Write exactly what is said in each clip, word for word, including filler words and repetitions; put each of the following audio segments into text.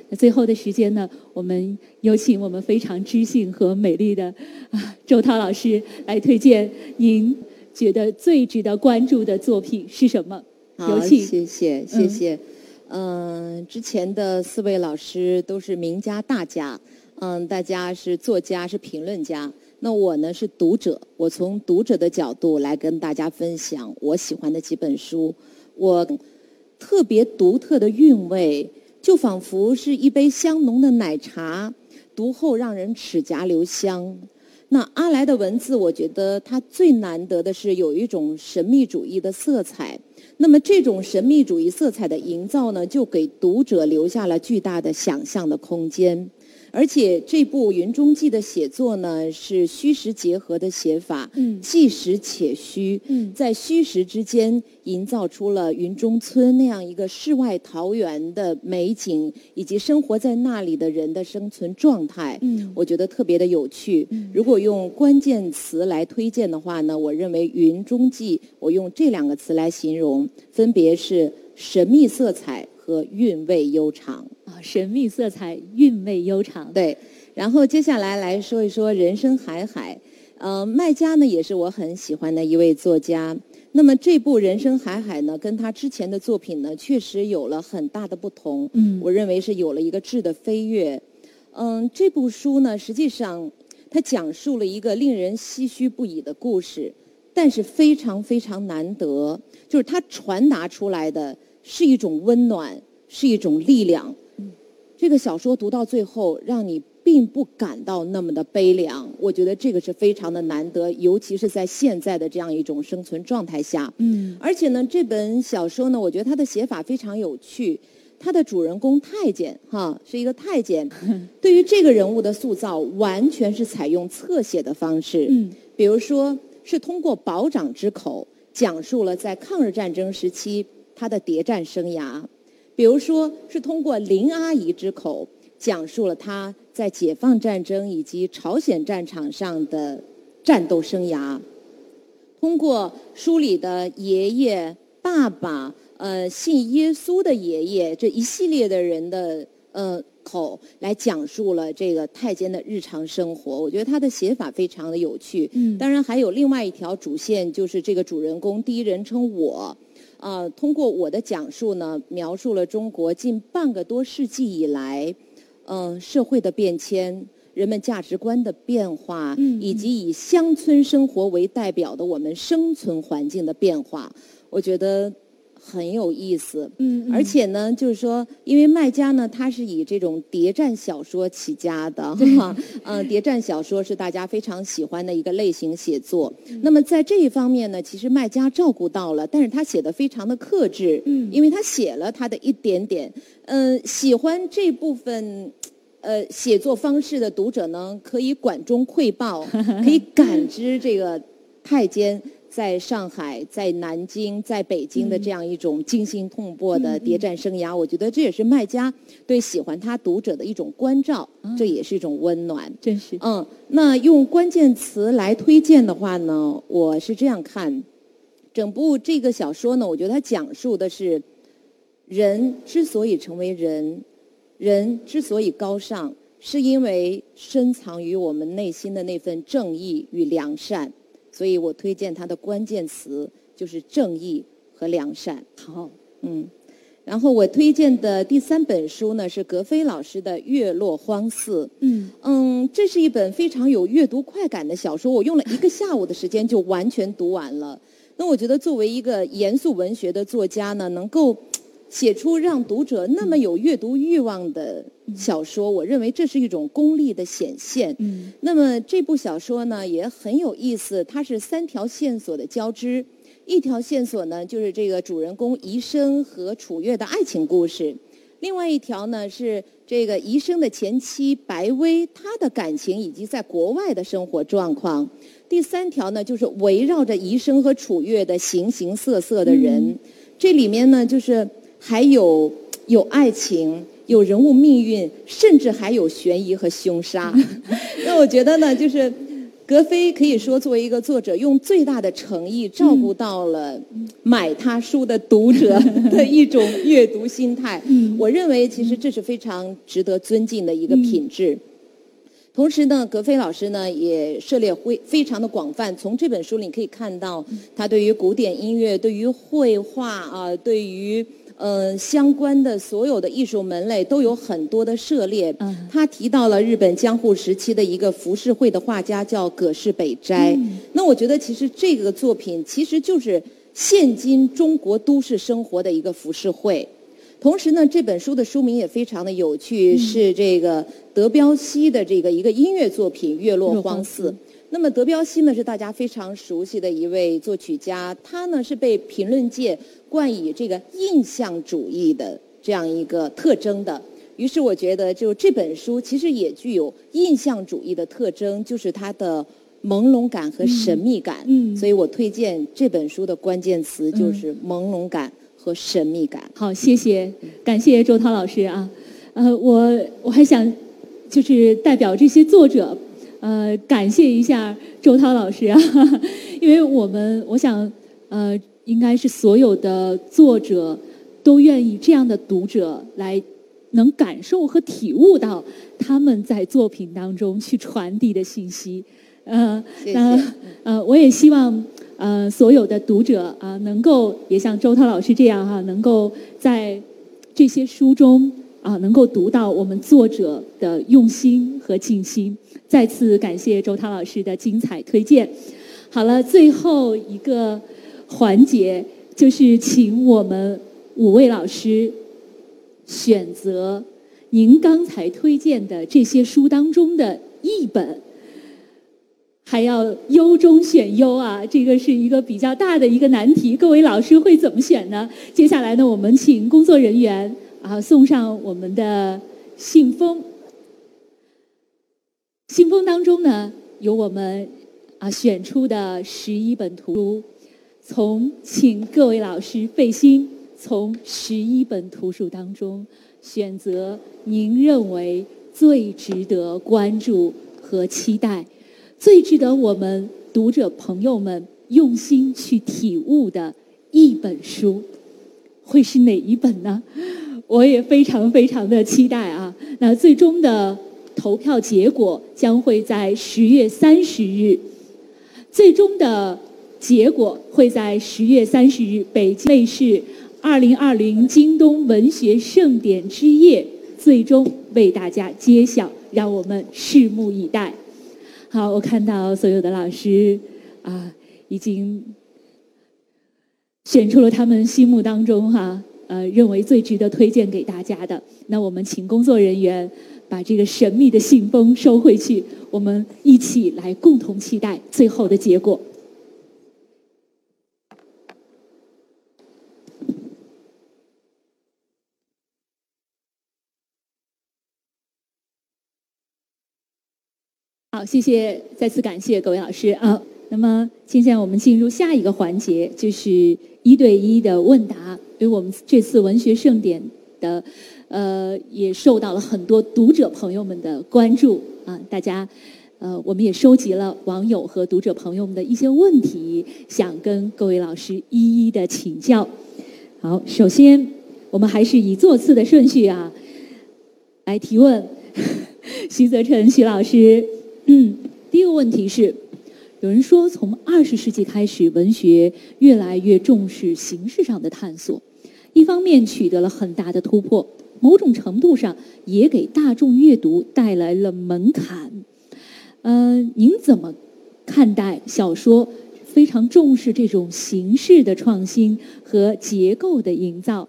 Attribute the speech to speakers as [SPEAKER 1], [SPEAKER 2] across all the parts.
[SPEAKER 1] 那最后的时间呢，我们有请我们非常知性和美丽的啊周涛老师来推荐您觉得最值得关注的作品是什么？有请。
[SPEAKER 2] 谢谢谢谢。嗯、呃，之前的四位老师都是名家大家，嗯，大家是作家是评论家，那我呢是读者，我从读者的角度来跟大家分享我喜欢的几本书。我特别独特的韵味，就仿佛是一杯香浓的奶茶，读后让人齿颊留香。那阿来的文字，我觉得它最难得的是有一种神秘主义的色彩。那么这种神秘主义色彩的营造呢，就给读者留下了巨大的想象的空间。而且这部《云中记》的写作呢，是虚实结合的写法，嗯，既实且虚，嗯，在虚实之间营造出了云中村那样一个世外桃源的美景，以及生活在那里的人的生存状态，嗯，我觉得特别的有趣。嗯，如果用关键词来推荐的话呢，我认为《云中记》，我用这两个词来形容，分别是神秘色彩和韵味悠长。
[SPEAKER 1] 神秘色彩，韵味悠长。
[SPEAKER 2] 对，然后接下来来说一说人生海海。呃，麦家呢也是我很喜欢的一位作家。那么这部《人生海海》呢，跟他之前的作品呢，确实有了很大的不同。嗯，我认为是有了一个质的飞跃。嗯，这部书呢，实际上它讲述了一个令人唏嘘不已的故事，但是非常非常难得，就是它传达出来的是一种温暖，是一种力量。这个小说读到最后，让你并不感到那么的悲凉，我觉得这个是非常的难得，尤其是在现在的这样一种生存状态下。嗯，而且呢，这本小说呢，我觉得它的写法非常有趣。它的主人公太监哈是一个太监，对于这个人物的塑造，完全是采用侧写的方式。嗯，比如说是通过保长之口讲述了在抗日战争时期他的谍战生涯。比如说是通过林阿姨之口讲述了她在解放战争以及朝鲜战场上的战斗生涯，通过书里的爷爷、爸爸、呃信耶稣的爷爷这一系列的人的呃口来讲述了这个太监的日常生活。我觉得他的写法非常的有趣。嗯，当然还有另外一条主线，就是这个主人公第一人称我。呃，通过我的讲述呢，描述了中国近半个多世纪以来，嗯、呃，社会的变迁，人们价值观的变化，嗯，以及以乡村生活为代表的我们生存环境的变化，我觉得很有意思。嗯，而且呢，就是说，因为麦家呢，他是以这种谍战小说起家的，哈，嗯，谍战小说是大家非常喜欢的一个类型写作。嗯，那么在这一方面呢，其实麦家照顾到了，但是他写的非常的克制，嗯，因为他写了他的一点点，嗯、呃，喜欢这部分。呃，写作方式的读者呢，可以管中窥豹，可以感知这个太监在上海、在南京、在北京的这样一种惊心动魄的谍战生涯。嗯，我觉得这也是麦家对喜欢他读者的一种关照，嗯，这也是一种温暖。
[SPEAKER 1] 真是。
[SPEAKER 2] 嗯，那用关键词来推荐的话呢，我是这样看，整部这个小说呢，我觉得它讲述的是人之所以成为人。人之所以高尚，是因为深藏于我们内心的那份正义与良善，所以我推荐它的关键词就是正义和良善。
[SPEAKER 1] 好，
[SPEAKER 2] 嗯，然后我推荐的第三本书呢是格非老师的《月落荒寺》。嗯嗯，这是一本非常有阅读快感的小说，我用了一个下午的时间就完全读完了。那我觉得作为一个严肃文学的作家呢，能够写出让读者那么有阅读欲望的小说，我认为这是一种功力的显现。嗯，那么这部小说呢也很有意思，它是三条线索的交织。一条线索呢就是这个主人公宜生和楚月的爱情故事，另外一条呢是这个宜生的前妻白薇她的感情以及在国外的生活状况，第三条呢就是围绕着宜生和楚月的形形色色的人。嗯，这里面呢就是还有有爱情，有人物命运，甚至还有悬疑和凶杀。那我觉得呢，就是格非可以说作为一个作者，用最大的诚意照顾到了买他书的读者的一种阅读心态。
[SPEAKER 1] 嗯，
[SPEAKER 2] 我认为其实这是非常值得尊敬的一个品质。嗯，同时呢，格非老师呢也涉猎会非常的广泛。从这本书里可以看到，他对于古典音乐、对于绘画啊、对于呃相关的所有的艺术门类都有很多的涉猎。
[SPEAKER 1] 嗯，
[SPEAKER 2] 他提到了日本江户时期的一个浮世绘的画家叫葛饰北斋。嗯，那我觉得其实这个作品其实就是现今中国都市生活的一个浮世绘。同时呢，这本书的书名也非常的有趣，嗯、是这个德彪西的这个一个音乐作品《月落荒寺》。那么德彪西呢是大家非常熟悉的一位作曲家，他呢是被评论界冠以这个印象主义的这样一个特征的。于是我觉得，就这本书其实也具有印象主义的特征，就是它的朦胧感和神秘感。嗯，嗯所以我推荐这本书的关键词就是朦胧感。和神秘感。
[SPEAKER 1] 好，谢谢，感谢周涛老师啊。呃，我我还想就是代表这些作者，呃，感谢一下周涛老师啊，因为我们我想呃，应该是所有的作者都愿意这样的读者来能感受和体悟到他们在作品当中去传递的信息。呃，
[SPEAKER 2] 谢谢。
[SPEAKER 1] 呃，呃我也希望。呃，所有的读者啊，能够也像周涛老师这样哈、啊，能够在这些书中啊，能够读到我们作者的用心和尽心。再次感谢周涛老师的精彩推荐。好了，最后一个环节就是请我们五位老师选择您刚才推荐的这些书当中的一本。还要优中选优啊，这个是一个比较大的一个难题。各位老师会怎么选呢？接下来呢，我们请工作人员啊送上我们的信封。信封当中呢，有我们啊选出的十一本图书，从请各位老师费心，从十一本图书当中选择您认为最值得关注和期待。最值得我们读者朋友们用心去体悟的一本书，会是哪一本呢？我也非常非常的期待啊！那最终的投票结果将会在十月三十日，最终的结果会在十月三十日北京卫视二零二零京东文学盛典之夜最终为大家揭晓，让我们拭目以待。好，我看到所有的老师啊，已经选出了他们心目当中哈，呃，认为最值得推荐给大家的。那我们请工作人员把这个神秘的信封收回去，我们一起来共同期待最后的结果。好，谢谢，再次感谢各位老师啊。那么，现在我们进入下一个环节，就是一对一的问答。因为我们这次文学盛典的，呃，也受到了很多读者朋友们的关注啊。大家，呃，我们也收集了网友和读者朋友们的一些问题，想跟各位老师一一的请教。好，首先我们还是以座次的顺序啊来提问。徐泽成徐老师。嗯，第一个问题是，有人说从二十世纪开始，文学越来越重视形式上的探索，一方面取得了很大的突破，某种程度上也给大众阅读带来了门槛。呃，您怎么看待小说非常重视这种形式的创新和结构的营造？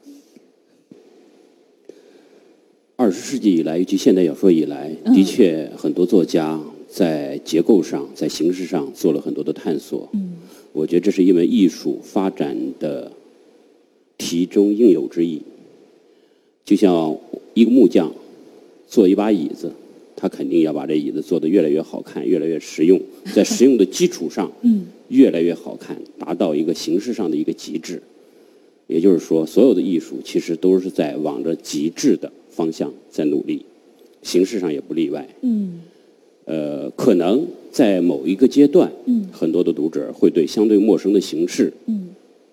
[SPEAKER 3] 二十世纪以来，尤其现代小说以来，的确很多作家在结构上、在形式上做了很多的探索。嗯，我觉得这是一门艺术发展的题中应有之义。就像一个木匠做一把椅子，他肯定要把这椅子做得越来越好看，越来越实用，在实用的基础上，嗯，越来越好看，达到一个形式上的一个极致。也就是说，所有的艺术其实都是在往着极致的方向在努力，形式上也不例外。嗯。 呃，可能在某一个阶段，
[SPEAKER 1] 嗯，
[SPEAKER 3] 很多的读者会对相对陌生的形式，
[SPEAKER 1] 嗯，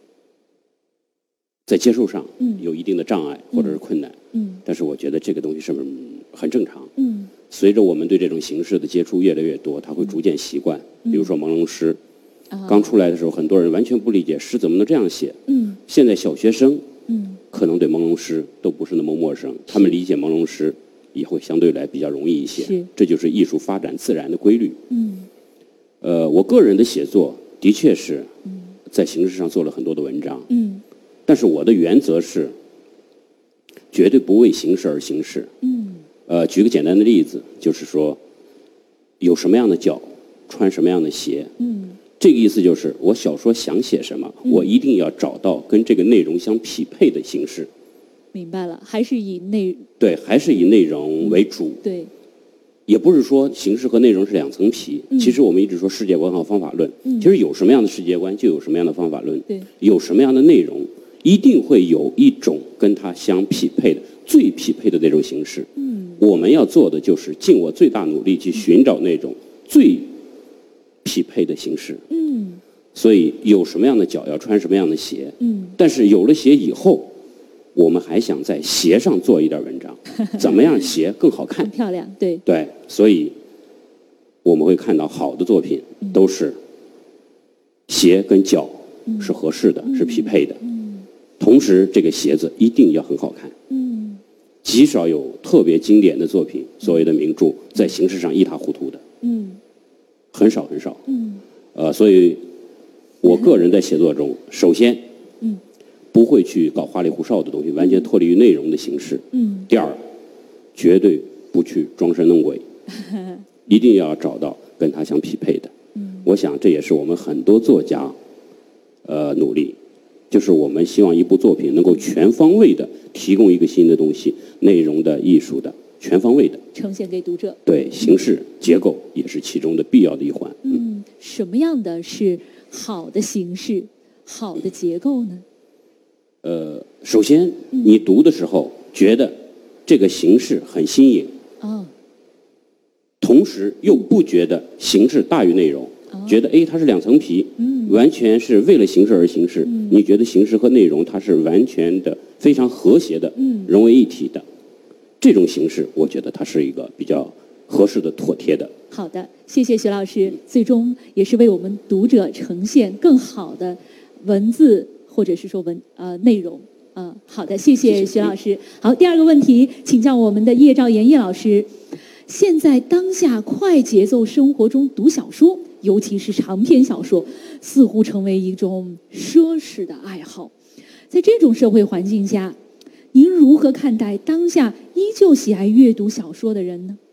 [SPEAKER 3] 在接受上，
[SPEAKER 1] 嗯，
[SPEAKER 3] 有一定的障碍或者是困难，
[SPEAKER 1] 嗯，
[SPEAKER 3] 但是我觉得这个东西是很正常，
[SPEAKER 1] 嗯，
[SPEAKER 3] 随着我们对这种形式的接触越来越多，他会逐渐习惯。
[SPEAKER 1] 嗯、
[SPEAKER 3] 比如说朦胧诗，
[SPEAKER 1] 啊、
[SPEAKER 3] 刚出来的时候，很多人完全不理解诗怎么能这样写，
[SPEAKER 1] 嗯，
[SPEAKER 3] 现在小学生，
[SPEAKER 1] 嗯，
[SPEAKER 3] 可能对朦胧诗都不是那么陌生，他们理解朦胧诗也会相对来比较容易一些。
[SPEAKER 1] 是，
[SPEAKER 3] 这就是艺术发展自然的规律。
[SPEAKER 1] 嗯，
[SPEAKER 3] 呃，我个人的写作的确是在形式上做了很多的文章，
[SPEAKER 1] 嗯，
[SPEAKER 3] 但是我的原则是绝对不为形式而形式。
[SPEAKER 1] 嗯，
[SPEAKER 3] 呃，举个简单的例子，就是说有什么样的脚，穿什么样的鞋。
[SPEAKER 1] 嗯，
[SPEAKER 3] 这个意思就是我小说想写什么，
[SPEAKER 1] 嗯、
[SPEAKER 3] 我一定要找到跟这个内容相匹配的形式。
[SPEAKER 1] 明白了，还是以内
[SPEAKER 3] 对，还是以内容为主。
[SPEAKER 1] 嗯、对，
[SPEAKER 3] 也不是说形式和内容是两层皮。
[SPEAKER 1] 嗯、
[SPEAKER 3] 其实我们一直说世界观和方法论，
[SPEAKER 1] 嗯、
[SPEAKER 3] 其实有什么样的世界观，就有什么样的方法论。
[SPEAKER 1] 对，
[SPEAKER 3] 有什么样的内容，一定会有一种跟它相匹配的、最匹配的那种形式。
[SPEAKER 1] 嗯，
[SPEAKER 3] 我们要做的就是尽我最大努力去寻找那种最匹配的形式。
[SPEAKER 1] 嗯，
[SPEAKER 3] 所以有什么样的脚要穿什么样的鞋。
[SPEAKER 1] 嗯，
[SPEAKER 3] 但是有了鞋以后，我们还想在鞋上做一点文章，怎么样鞋更好看、
[SPEAKER 1] 更漂亮？对
[SPEAKER 3] 对，所以我们会看到好的作品都是鞋跟脚是合适的，
[SPEAKER 1] 嗯、
[SPEAKER 3] 是匹配的。
[SPEAKER 1] 嗯，
[SPEAKER 3] 同时这个鞋子一定要很好看。
[SPEAKER 1] 嗯，
[SPEAKER 3] 极少有特别经典的作品，所谓的名著，在形式上一塌糊涂的。
[SPEAKER 1] 嗯，
[SPEAKER 3] 很少很少。
[SPEAKER 1] 嗯，
[SPEAKER 3] 呃，所以我个人在写作中，首先，
[SPEAKER 1] 嗯，
[SPEAKER 3] 不会去搞花里胡哨的东西，完全脱离于内容的形式。
[SPEAKER 1] 嗯。
[SPEAKER 3] 第二，绝对不去装神弄鬼，一定要找到跟它相匹配的。
[SPEAKER 1] 嗯，
[SPEAKER 3] 我想这也是我们很多作家，呃，努力，就是我们希望一部作品能够全方位的提供一个新的东西，内容的、艺术的，全方位的
[SPEAKER 1] 呈现给读者。
[SPEAKER 3] 对，形式结构也是其中的必要的一环。
[SPEAKER 1] 嗯，什么样的是好的形式、好的结构呢？
[SPEAKER 3] 呃，首先你读的时候觉得这个形式很新颖，
[SPEAKER 1] 哦，
[SPEAKER 3] 同时又不觉得形式大于内容，
[SPEAKER 1] 哦、
[SPEAKER 3] 觉得哎它是两层皮，
[SPEAKER 1] 嗯，
[SPEAKER 3] 完全是为了形式而形式。
[SPEAKER 1] 嗯、
[SPEAKER 3] 你觉得形式和内容它是完全的、非常和谐的，
[SPEAKER 1] 嗯，
[SPEAKER 3] 融为一体的，这种形式，我觉得它是一个比较合适的、妥帖的。
[SPEAKER 1] 好的，谢谢徐老师，最终也是为我们读者呈现更好的文字或者是说文呃内容。嗯、呃，好的，谢谢徐老师。好，第二个问题，请教我们的叶兆言叶老师。现在当下快节奏生活中读小说，尤其是长篇小说，似乎成为一种奢侈的爱好。在这种社会环境下，您如何看待当下依旧喜爱阅读小说的人呢？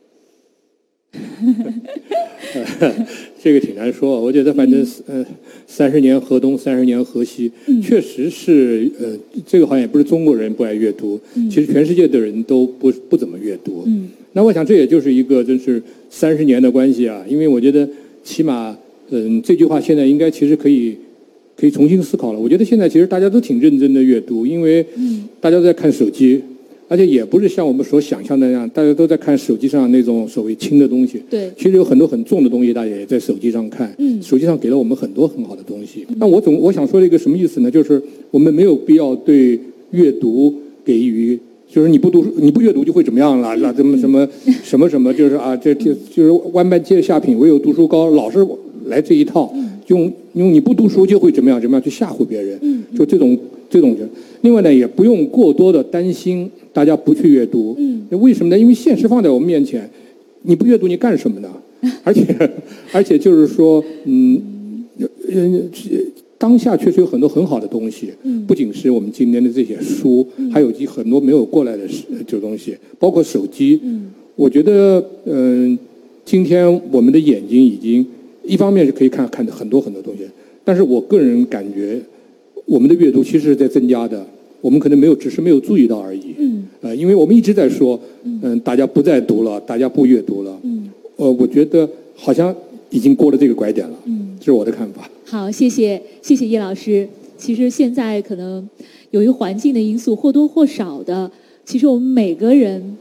[SPEAKER 4] 这个挺难说，我觉得反正呃，三十年河东，三十年河西，
[SPEAKER 1] 嗯、
[SPEAKER 4] 确实是呃，这个好像也不是中国人不爱阅读，
[SPEAKER 1] 嗯、
[SPEAKER 4] 其实全世界的人都不不怎么阅读。
[SPEAKER 1] 嗯，
[SPEAKER 4] 那我想这也就是一个真是三十年的关系啊，因为我觉得起码嗯、呃、这句话现在应该其实可以可以重新思考了。我觉得现在其实大家都挺认真的阅读，因为大家都在看手机。而且也不是像我们所想象的那样，大家都在看手机上那种所谓轻的东西。
[SPEAKER 1] 对，
[SPEAKER 4] 其实有很多很重的东西，大家也在手机上看。
[SPEAKER 1] 嗯，
[SPEAKER 4] 手机上给了我们很多很好的东西。那我总我想说的一个什么意思呢？就是我们没有必要对阅读给予，就是你不读你不阅读就会怎么样了？那怎么什么什么什么，就是啊，这这就是万般皆下品，唯有读书高，老是来这一套，用用你不读书就会怎么样怎么样去吓唬别人。
[SPEAKER 1] 嗯，
[SPEAKER 4] 就这种这种人。另外呢，也不用过多的担心大家不去阅读。
[SPEAKER 1] 嗯，
[SPEAKER 4] 为什么呢？因为现实放在我们面前，你不阅读你干什么呢？而且，而且就是说，嗯，嗯，当下确实有很多很好的东西。嗯，不仅是我们今天的这些书，嗯、还有很多没有过来的这东西，包括手机。
[SPEAKER 1] 嗯，
[SPEAKER 4] 我觉得，嗯、呃，今天我们的眼睛已经一方面是可以看看很多很多东西，但是我个人感觉，我们的阅读其实是在增加的。我们可能没有，只是没有注意到而已。
[SPEAKER 1] 嗯，
[SPEAKER 4] 呃，因为我们一直在说，嗯、呃，大家不再读了，大家不阅读了。
[SPEAKER 1] 嗯，
[SPEAKER 4] 呃，我觉得好像已经过了这个拐点了。
[SPEAKER 1] 嗯，
[SPEAKER 4] 这是我的看法。
[SPEAKER 1] 好，谢谢，谢谢叶老师。其实现在可能由于环境的因素，或多或少的，其实我们每个人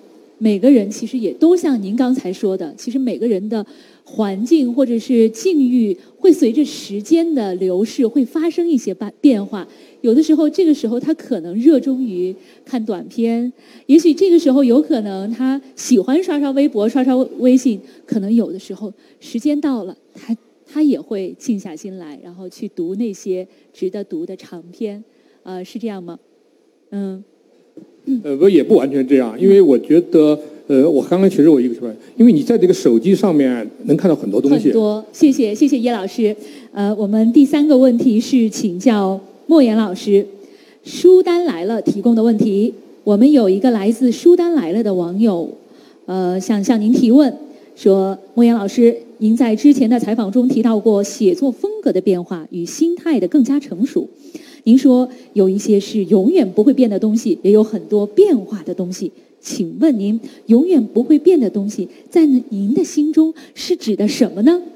[SPEAKER 1] 每个人其实也都像您刚才说的，其实每个人的环境或者是境遇会随着时间的流逝会发生一些变变化。有的时候，这个时候他可能热衷于看短片，也许这个时候有可能他喜欢刷刷微博、刷刷微信，可能有的时候时间到了，他他也会静下心来，然后去读那些值得读的长篇，呃，是这样吗？嗯。
[SPEAKER 4] 呃，不，也不完全这样，因为我觉得，呃，我刚刚其实我一个说，因为你在这个手机上面能看到很多东西。
[SPEAKER 1] 很多，谢谢谢谢叶老师。呃，我们第三个问题是请教莫言老师，书单来了提供的问题。我们有一个来自书单来了的网友，呃，想向您提问，说莫言老师，您在之前的采访中提到过写作风格的变化与心态的更加成熟。您说有一些是永远不会变的东西，也有很多变化的东西。请问您永远不会变的东西，在您的心中是指的什么呢？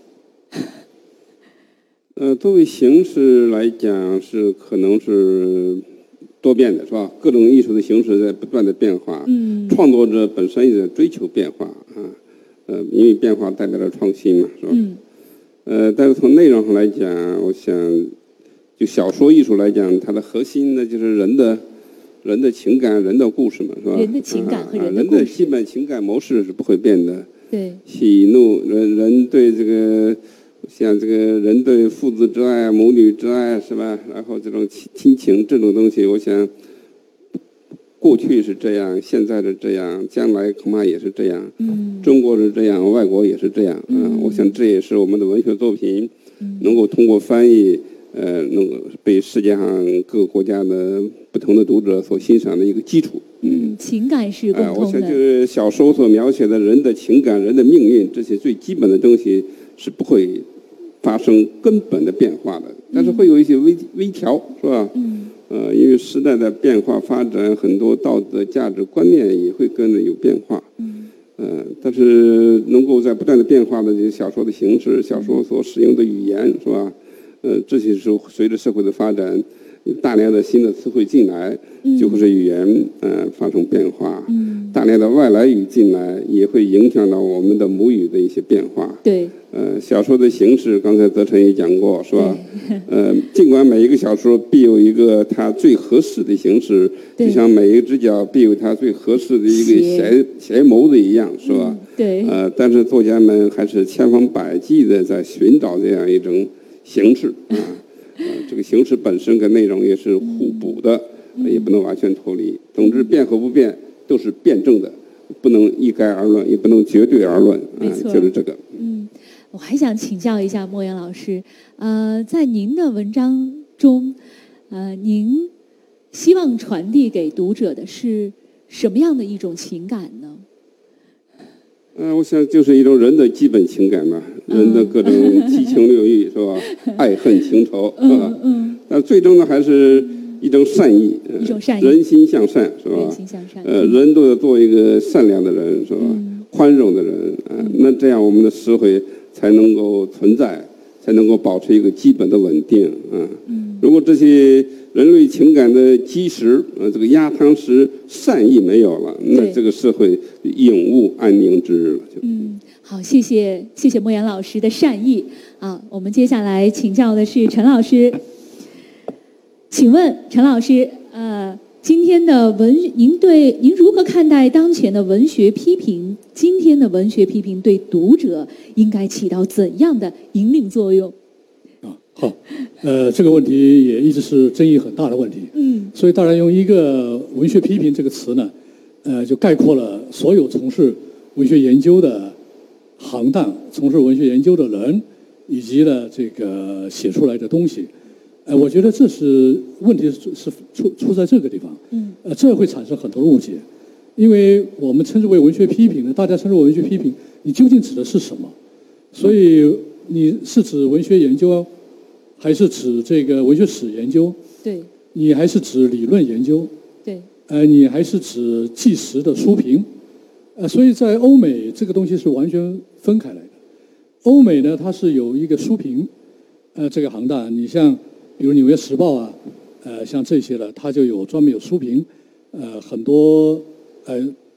[SPEAKER 5] 呃，作为形式来讲，是可能是多变的，是吧？各种艺术的形式在不断的变化。嗯。创作者本身也在追求变化啊，呃，因为变化代表了创新嘛，是吧？嗯。呃，但是从内容上来讲，我想。就小说艺术来讲，它的核心呢就是人的、人的情感、人的故事嘛，是吧？
[SPEAKER 1] 人的情感和人的
[SPEAKER 5] 故事。人的基本情感模式是不会变的。
[SPEAKER 1] 对。
[SPEAKER 5] 喜怒，人人对这个，像这个人对父子之爱、母女之爱，是吧？然后这种亲情这种东西，我想，过去是这样，现在是这样，将来恐怕也是这样。嗯。中国是这样，外国也是这样。嗯。啊，我想这也是我们的文学作品，能够通过翻译。呃，能够被世界上各个国家的不同的读者所欣赏的一个基础。
[SPEAKER 1] 嗯，情感是共通的。
[SPEAKER 5] 呃、我想就是小说所描写的人的情感、人的命运，这些最基本的东西是不会发生根本的变化的，但是会有一些微微调，是吧？嗯。呃，因为时代的变化发展，很多道德价值观念也会跟着有变化。嗯。呃，但是能够在不断的变化的这些小说的形式、小说所使用的语言，是吧？呃，这些时候随着社会的发展，大量的新的词汇进来，就会使语言呃发生变化。嗯，大量的外来语进来，也会影响到我们的母语的一些变化。
[SPEAKER 1] 对。
[SPEAKER 5] 呃，小说的形式，刚才泽晨也讲过，是吧？呃，尽管每一个小说必有一个它最合适的形式，就像每一个直角必有它最合适的一个斜斜眸子一样，是吧？
[SPEAKER 1] 嗯、对。
[SPEAKER 5] 呃，但是作家们还是千方百计的在寻找这样一种。形式啊，呃，这个形式本身跟内容也是互补的，嗯、也不能完全脱离。总之，变和不变都是辩证的，不能一概而论，也不能绝对而论啊，就是这个。
[SPEAKER 1] 嗯，我还想请教一下莫言老师，呃，在您的文章中，呃，您希望传递给读者的是什么样的一种情感呢？
[SPEAKER 5] 嗯、呃，我想就是一种人的基本情感嘛，嗯、人的各种七情六欲是吧？爱恨情仇是吧？嗯嗯。但最终呢，还是一种善意，
[SPEAKER 1] 一种善意，
[SPEAKER 5] 人心向善是吧？
[SPEAKER 1] 人心向善。
[SPEAKER 5] 呃，人都要做一个善良的人是吧？嗯、宽容的人啊、呃，那这样我们的社会才能够存在，才能够保持一个基本的稳定啊。嗯。如果这些人类情感的基石，呃，这个压舱石善意没有了，那这个社会永无安宁之日了。
[SPEAKER 1] 嗯，好，谢谢谢谢莫言老师的善意啊。我们接下来请教的是陈老师，请问陈老师，呃，今天的文，您对您如何看待当前的文学批评？今天的文学批评对读者应该起到怎样的引领作用？
[SPEAKER 6] 好，呃，这个问题也一直是争议很大的问题。嗯，所以当然用一个文学批评这个词呢，呃，就概括了所有从事文学研究的行当、从事文学研究的人，以及呢这个写出来的东西。呃，我觉得这是问题是是出出在这个地方。嗯，呃，这会产生很多误解，因为我们称之为文学批评呢，大家称之为文学批评，你究竟指的是什么？所以你是指文学研究啊？还是指这个文学史研究？
[SPEAKER 1] 对。
[SPEAKER 6] 你还是指理论研究？
[SPEAKER 1] 对。
[SPEAKER 6] 呃，你还是指纪实的书评？呃，所以在欧美这个东西是完全分开来的。欧美呢，它是有一个书评，呃，这个行当，你像比如《纽约时报》啊，呃，像这些了，它就有专门有书评，呃，很多呃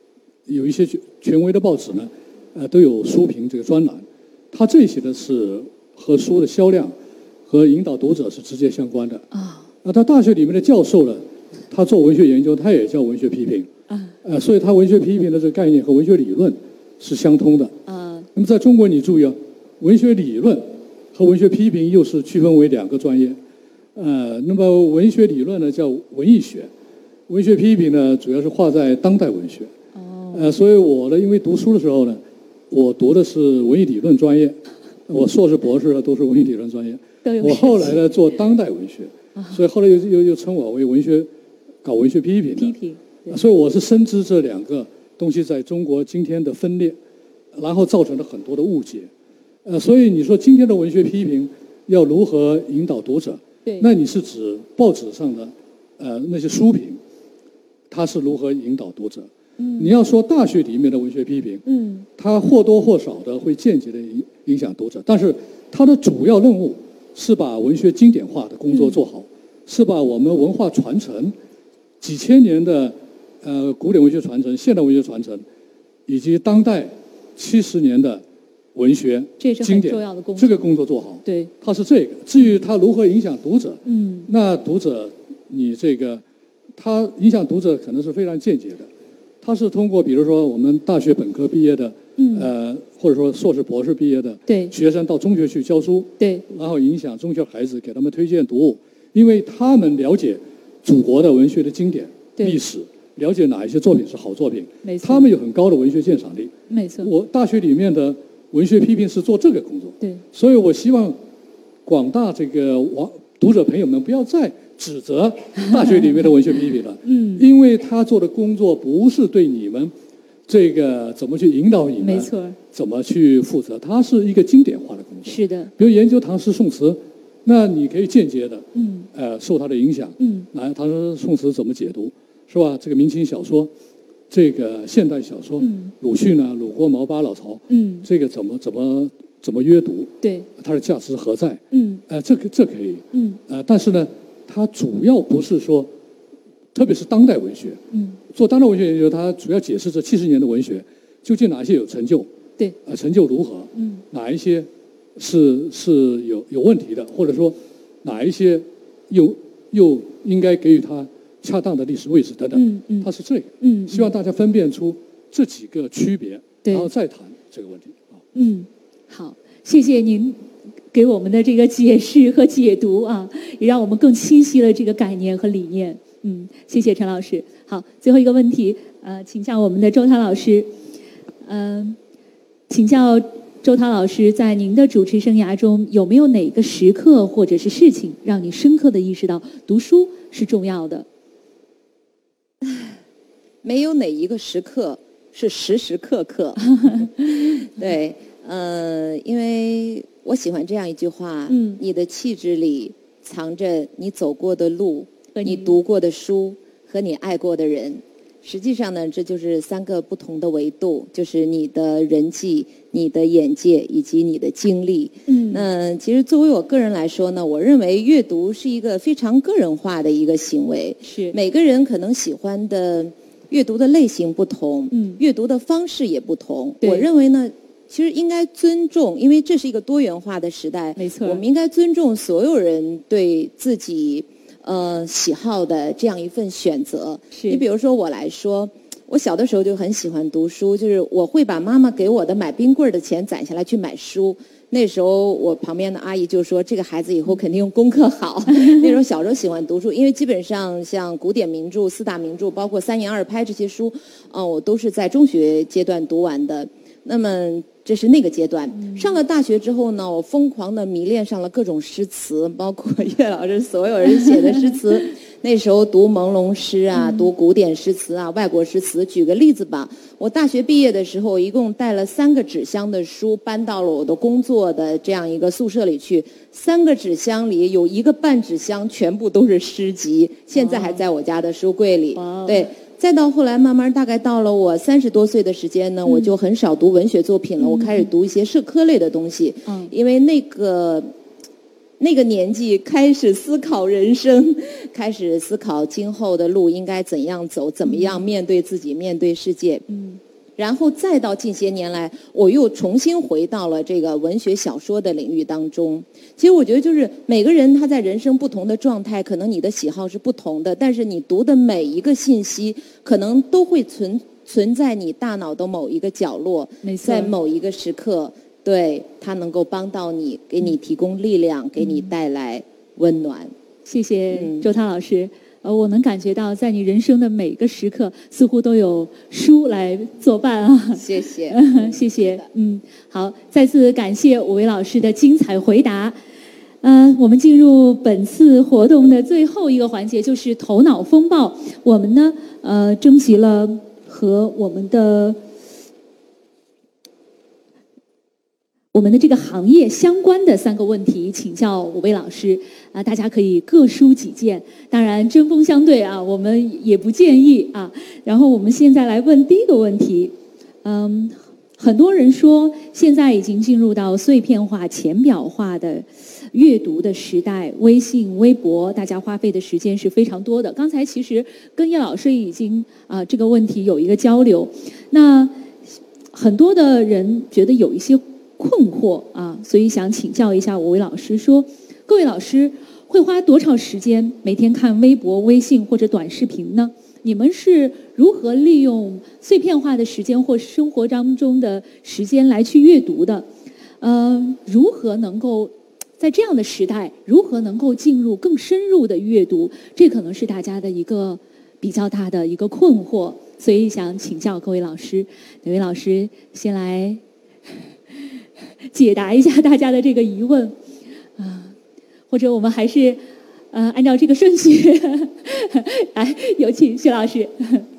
[SPEAKER 6] 有一些权威的报纸呢，呃，都有书评这个专栏。它这些呢是和书的销量和引导读者是直接相关的。啊，那他大学里面的教授呢，他做文学研究，他也叫文学批评。啊，呃，所以他文学批评的这个概念和文学理论是相通的。啊，那么在中国你注意啊，文学理论和文学批评又是区分为两个专业。呃，那么文学理论呢叫文艺学，文学批评呢主要是划在当代文学。哦。呃，所以我呢，因为读书的时候呢，我读的是文艺理论专业，我硕士博士都是文艺理论专业。我后来呢做当代文学，所以后来又又又称我为文学，搞文学批评的。批评。所以我是深知这两个东西在中国今天的分裂，然后造成了很多的误解。呃，所以你说今天的文学批评要如何引导读者？对，那你是指报纸上的呃那些书评，它是如何引导读者？嗯，你要说大学里面的文学批评，嗯，它或多或少的会间接的影影响读者，但是它的主要任务是把文学经典化的工作做好，嗯、是把我们文化传承几千年的呃古典文学传承、现代文学传承，以及当代七十年的文学
[SPEAKER 1] 这是很重要的工作，
[SPEAKER 6] 这个工作做好，
[SPEAKER 1] 对，
[SPEAKER 6] 它是这个。至于它如何影响读者，嗯，那读者你这个，它影响读者可能是非常间接的，它是通过比如说我们大学本科毕业的，嗯，呃，或者说硕士博士毕业的，对，学生到中学去教书，对，然后影响中学孩子，给他们推荐读物，因为他们了解祖国的文学的经典历史。了解哪一些作品是好作品，没错，他们有很高的文学鉴赏力，没错。我大学里面的文学批评是做这个工作，对，所以我希望广大这个网读者朋友们不要再指责大学里面的文学批评了，嗯，因为他做的工作不是对你们这个怎么去引导你们，没错，怎么去负责，它是一个经典化的工作，是的。比如研究唐诗宋词，那你可以间接的，嗯，呃，受它的影响，嗯，来唐诗宋词怎么解读。是吧？这个明清小说，这个现代小说，嗯、鲁迅啊、鲁国、毛巴、老曹，嗯，这个怎么怎么怎么阅读？对，它的价值何在？嗯，呃，这个这可以，嗯，呃，但是呢，它主要不是说，特别是当代文学，嗯，做当代文学研究，它主要解释这七十年的文学究竟哪些有成就，对，呃，成就如何？嗯，哪一些是是有有问题的，或者说哪一些又又应该给予它恰当的历史位置等等，嗯嗯，它是这个，嗯，希望大家分辨出这几个区别，然后再谈这个问题啊。
[SPEAKER 1] 嗯，好，谢谢您给我们的这个解释和解读啊，也让我们更清晰了这个概念和理念。嗯，谢谢陈老师。好，最后一个问题，呃，请教我们的周涛老师，嗯、呃，请教周涛老师，在您的主持生涯中，有没有哪个时刻或者是事情，让你深刻的意识到读书是重要的？
[SPEAKER 2] 没有哪一个时刻是时时刻刻。对，呃，因为我喜欢这样一句话，嗯，你的气质里藏着你走过的路，你读过的书和你爱过的人。实际上呢，这就是三个不同的维度，就是你的人际、你的眼界以及你的经历。嗯，那其实作为我个人来说呢，我认为阅读是一个非常个人化的一个行为。是，每个人可能喜欢的阅读的类型不同，嗯，阅读的方式也不同。我认为呢，其实应该尊重，因为这是一个多元化的时代，没错，我们应该尊重所有人对自己呃喜好的这样一份选择。你比如说我来说，我小的时候就很喜欢读书，就是我会把妈妈给我的买冰棍的钱攒下来去买书。那时候我旁边的阿姨就说，这个孩子以后肯定功课好。那时候小时候喜欢读书，因为基本上像古典名著、四大名著，包括三言二拍这些书，嗯、呃，我都是在中学阶段读完的。那么这是那个阶段。上了大学之后呢，我疯狂的迷恋上了各种诗词，包括岳老师所有人写的诗词。那时候读朦胧诗啊，读古典诗词啊，外国诗词。举个例子吧，我大学毕业的时候，一共带了三个纸箱的书，搬到了我的工作的这样一个宿舍里去。三个纸箱里有一个半纸箱全部都是诗集，现在还在我家的书柜里。对。再到后来，慢慢大概到了我三十多岁的时间呢，嗯、我就很少读文学作品了，嗯、我开始读一些社科类的东西。嗯，因为那个那个年纪开始思考人生，开始思考今后的路应该怎样走，怎么样面对自己，面对世界。嗯， 然后再到近些年来，我又重新回到了这个文学小说的领域当中。其实我觉得就是每个人他在人生不同的状态，可能你的喜好是不同的，但是你读的每一个信息，可能都会存存在你大脑的某一个角落，在某一个时刻，对，它能够帮到你，给你提供力量，给你带来温暖。
[SPEAKER 1] 谢谢周涛老师。呃，我能感觉到，在你人生的每个时刻，似乎都有书来作伴啊。
[SPEAKER 2] 谢谢，
[SPEAKER 1] 谢谢，嗯，好，再次感谢五位老师的精彩回答。嗯、呃，我们进入本次活动的最后一个环节，就是头脑风暴。我们呢，呃，征集了和我们的。我们的这个行业相关的三个问题，请教五位老师啊，大家可以各抒己见。当然，针锋相对啊，我们也不建议啊。然后我们现在来问第一个问题，嗯，很多人说现在已经进入到碎片化、浅表化的阅读的时代，微信、微博，大家花费的时间是非常多的。刚才其实跟叶老师已经啊这个问题有一个交流，那很多的人觉得有一些困惑啊，所以想请教一下五位老师说，各位老师会花多少时间每天看微博、微信或者短视频呢？你们是如何利用碎片化的时间或生活当中的时间来去阅读的？呃，如何能够在这样的时代，如何能够进入更深入的阅读？这可能是大家的一个比较大的一个困惑，所以想请教各位老师，哪位老师先来解答一下大家的这个疑问啊，或者我们还是呃按照这个顺序来，有请薛老师。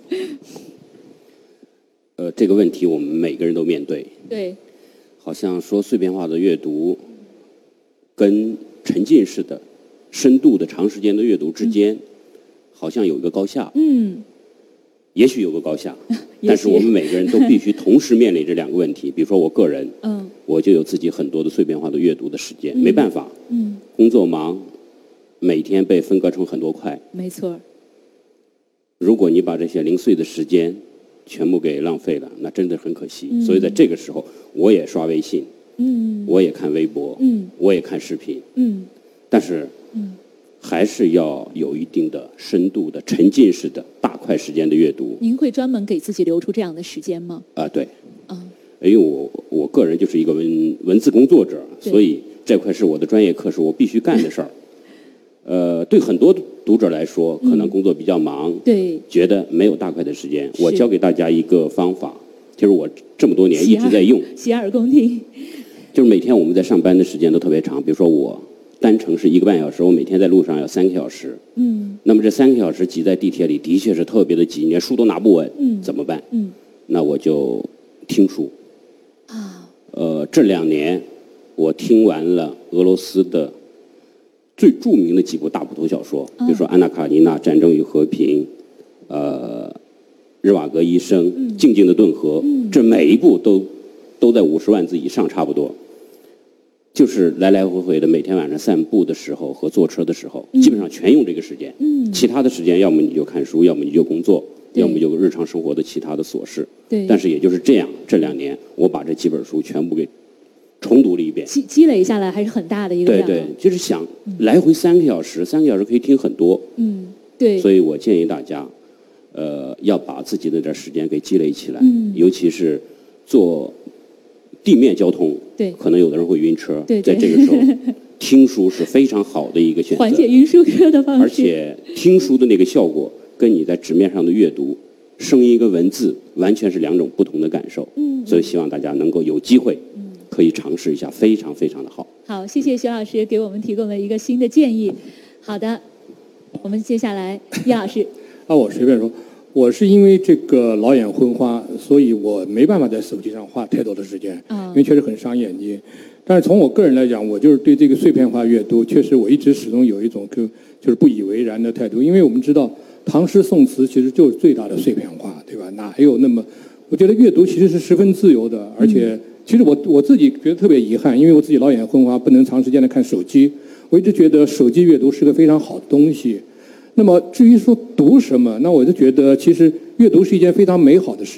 [SPEAKER 3] 呃，这个问题我们每个人都面对。
[SPEAKER 1] 对。
[SPEAKER 3] 好像说碎片化的阅读跟沉浸式的、深度的、长时间的阅读之间，嗯、好像有一个高下。嗯。也许有个高下，但是我们每个人都必须同时面临这两个问题。比如说我个人，嗯，我就有自己很多的碎片化的阅读的时间，嗯、没办法，嗯，工作忙，每天被分割成很多块，
[SPEAKER 1] 没错。
[SPEAKER 3] 如果你把这些零碎的时间全部给浪费了，那真的很可惜。嗯、所以在这个时候，我也刷微信，嗯，我也看微博，嗯，我也看视频，嗯，但是，嗯。还是要有一定的深度的、沉浸式的大块时间的阅读。
[SPEAKER 1] 您会专门给自己留出这样的时间吗？
[SPEAKER 3] 啊，对。啊，因为我我个人就是一个文文字工作者，所以这块是我的专业课，是我必须干的事儿。呃，对很多读者来说，可能工作比较忙，
[SPEAKER 1] 嗯、对，
[SPEAKER 3] 觉得没有大块的时间。我教给大家一个方法，就是我这么多年一直在用，
[SPEAKER 1] 洗耳恭听。
[SPEAKER 3] 就是每天我们在上班的时间都特别长，比如说我。单程是一个半小时，我每天在路上要三个小时。嗯，那么这三个小时挤在地铁里，的确是特别的挤，你连书都拿不稳。嗯，怎么办？嗯，那我就听书。啊，呃，这两年我听完了俄罗斯的最著名的几部大部头小说，比如说《安娜卡尼娜》《战争与和平》，呃，《日瓦戈医生》嗯，《静静的顿河》嗯，这每一部都都在五十万字以上，差不多。就是来来回回的，每天晚上散步的时候和坐车的时候，嗯、基本上全用这个时间。嗯，其他的时间要么你就看书，要么你就工作，要么就日常生活的其他的琐事。对。但是也就是这样，这两年我把这几本书全部给重读了一遍，
[SPEAKER 1] 积积累下来还是很大的一个量。
[SPEAKER 3] 对对，就是想来回三个小时，三个小时可以听很多。嗯，对。所以我建议大家，呃，要把自己的点时间给积累起来，嗯、尤其是做地面交通。对，可能有的人会晕车，对对，在这个时候听书是非常好的一个选择，
[SPEAKER 1] 缓解晕书车的方式。
[SPEAKER 3] 而且听书的那个效果跟你在纸面上的阅读，声音跟文字完全是两种不同的感受。嗯，所以希望大家能够有机会，嗯，可以尝试一下，非常非常的好。
[SPEAKER 1] 好，谢谢薛老师给我们提供了一个新的建议。好的，我们接下来叶老师。
[SPEAKER 4] 啊，我随便说。我是因为这个老眼昏花，所以我没办法在手机上花太多的时间，因为确实很伤眼睛。但是从我个人来讲，我就是对这个碎片化阅读，确实我一直始终有一种就就是不以为然的态度。因为我们知道唐诗宋词其实就是最大的碎片化，对吧？哪还有那么？我觉得阅读其实是十分自由的，而且其实我我自己觉得特别遗憾，因为我自己老眼昏花，不能长时间的看手机。我一直觉得手机阅读是个非常好的东西。那么至于说读什么，那我就觉得其实阅读是一件非常美好的事情。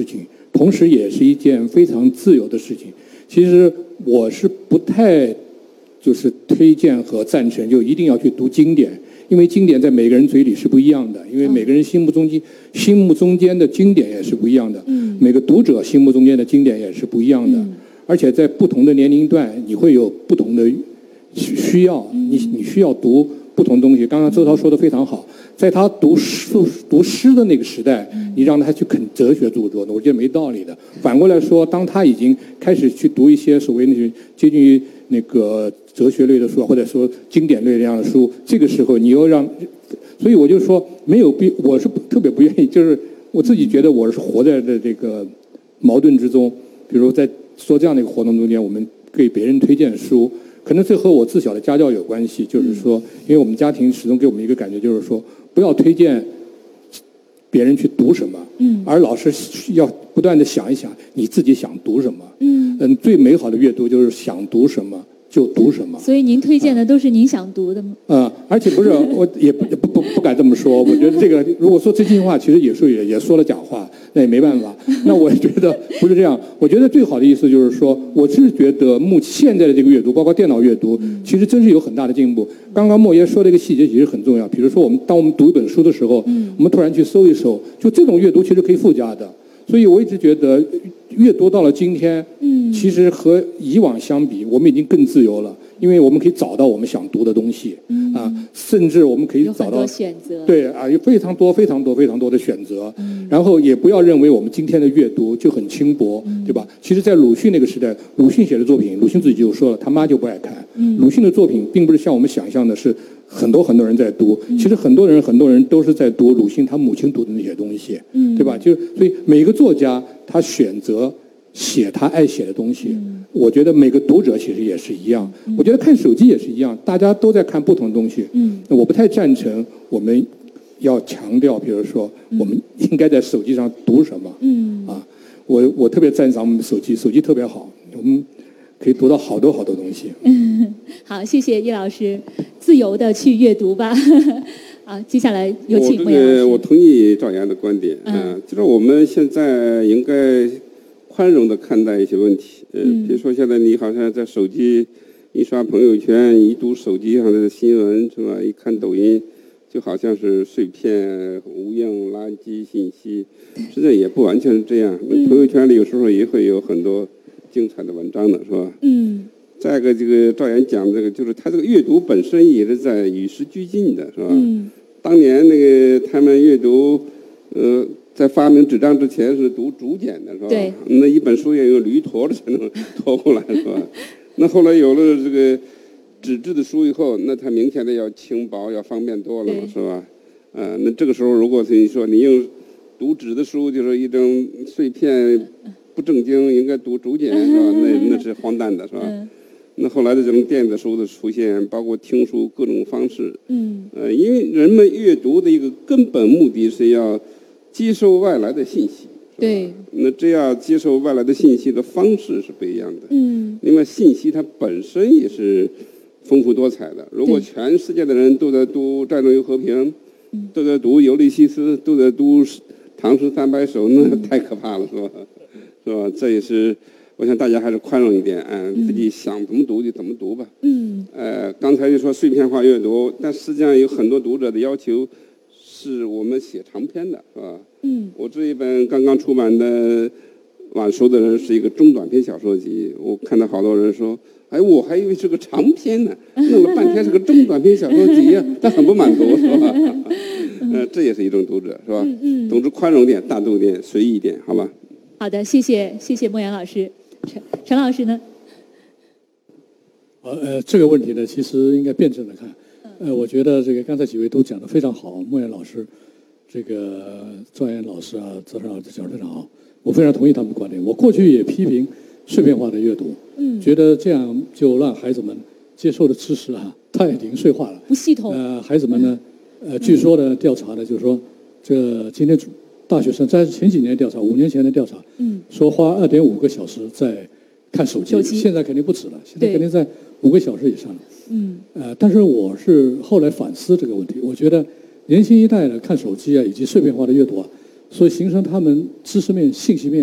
[SPEAKER 4] 同时也是一件非常自由的事情。其实我是不太就是推荐和赞成就一定要去读经典，因为经典在每个人嘴里是不一样的，因为每个人心目中间、嗯、心目中间的经典也是不一样的，嗯，每个读者心目中间的经典也是不一样的，嗯，而且在不同的年龄段，你会有不同的需要，你你需要读不同东西。刚刚周涛说的非常好，在他读诗读诗的那个时代，你让他去啃哲学著作，我觉得没道理的。反过来说，当他已经开始去读一些所谓那些接近于那个哲学类的书，或者说经典类这样的书，这个时候你又让，所以我就说没有必，我是特别不愿意，就是我自己觉得我是活在的这个矛盾之中。比如在做这样的一个活动中间，我们给别人推荐书。可能这和我自小的家教有关系，就是说，因为我们家庭始终给我们一个感觉，就是说，不要推荐别人去读什么，嗯，而老是要不断的想一想你自己想读什么，嗯嗯，最美好的阅读就是想读什么就读什么。
[SPEAKER 1] 所以您推荐的都是您想读的吗？
[SPEAKER 4] 啊、嗯，而且不是，我也不不不不敢这么说。我觉得这个如果说真心话，其实也是也也说了假话，那也没办法。那我觉得不是这样。我觉得最好的意思就是说，我是觉得目现在的这个阅读，包括电脑阅读，其实真是有很大的进步。刚刚莫爷说的一个细节其实很重要，比如说我们当我们读一本书的时候，我们突然去搜一搜，就这种阅读其实可以附加的。所以我一直觉得，阅读到了今天，嗯，其实和以往相比，我们已经更自由了，因为我们可以找到我们想读的东西，嗯啊，甚至我们可以找到
[SPEAKER 1] 有很多选择，
[SPEAKER 4] 对啊，有非常多、非常多、非常多的选择。嗯，然后也不要认为我们今天的阅读就很轻薄，嗯、对吧？其实，在鲁迅那个时代，鲁迅写的作品，鲁迅自己就说了，他妈就不爱看。嗯，鲁迅的作品并不是像我们想象的是很多很多人在读，其实很多人很多人都是在读鲁迅他母亲读的那些东西，嗯，对吧？就所以每个作家他选择写他爱写的东西，嗯，我觉得每个读者其实也是一样，嗯，我觉得看手机也是一样，大家都在看不同的东西，嗯，我不太赞成我们要强调，比如说我们应该在手机上读什么，嗯，啊，我我特别赞赏我们的手机，手机特别好，我们可以读到好多好多东西。
[SPEAKER 1] 嗯，好，谢谢叶老师，自由的去阅读吧。好，接下来有请莫言老师。
[SPEAKER 5] 我同意赵岩的观点，嗯、呃，就是我们现在应该宽容的看待一些问题，呃，嗯、比如说现在你好像在手机一刷朋友圈，一读手机上的新闻是吧？一看抖音，就好像是碎片、无用、垃圾信息，实际上也不完全是这样。嗯、朋友圈里有时候也会有很多精彩的文章的，是吧？嗯。再一个，这个赵岩讲这个，就是他这个阅读本身也是在与时俱进的，是吧？嗯。当年那个他们阅读，呃，在发明纸张之前是读竹简的，是吧？
[SPEAKER 1] 对。
[SPEAKER 5] 那一本书要用驴驮的才能驮过来，是吧？那后来有了这个纸质的书以后，那它明显的要轻薄，要方便多了，是吧？呃，那这个时候如果是你说你用读纸的书，就是一种碎片不正经，应该读竹简，是吧？那那是荒诞的，是吧？嗯。那后来的这种电子书的出现，包括听书各种方式，嗯，呃，因为人们阅读的一个根本目的是要接受外来的信息，
[SPEAKER 1] 对，
[SPEAKER 5] 那这样接受外来的信息的方式是不一样的，嗯，另外信息它本身也是丰富多彩的。如果全世界的人都在读《战争与和平》，嗯，都在读《尤利西斯》，都在读《唐诗三百首》，那太可怕了，是吧？是吧？这也是。我想大家还是宽容一点，嗯，自己想怎么读就怎么读吧。嗯，呃，刚才就说碎片化阅读，但实际上有很多读者的要求是我们写长篇的，是吧？嗯，我这一本刚刚出版的《晚熟的人》是一个中短篇小说集，我看到好多人说，哎，我还以为是个长篇呢，弄了半天是个中短篇小说集呀，他很不满足，是吧？呃，这也是一种读者，是吧？嗯嗯。总之宽容点，大度点，随意一点，好吧？
[SPEAKER 1] 好的，谢谢，谢谢莫言老师。陈陈老师呢？
[SPEAKER 6] 呃呃，这个问题呢，其实应该辩证的看。呃，我觉得这个刚才几位都讲得非常好，莫言老师、这个赵岩老师啊、泽成老师讲得非常好，我非常同意他们的观点。我过去也批评碎片化的阅读，嗯，觉得这样就让孩子们接受的知识啊太零碎化了，
[SPEAKER 1] 不系统。
[SPEAKER 6] 呃，孩子们呢，呃，据说的调查呢，就是说，这今天。大学生在前几年调查，五年前的调查，嗯，说花二点五个小时在看手机，
[SPEAKER 1] 手机
[SPEAKER 6] 现在肯定不止了，现在肯定在五个小时以上了，嗯，呃，但是我是后来反思这个问题，我觉得年轻一代的看手机啊，以及碎片化的阅读啊，所以形成他们知识面、信息面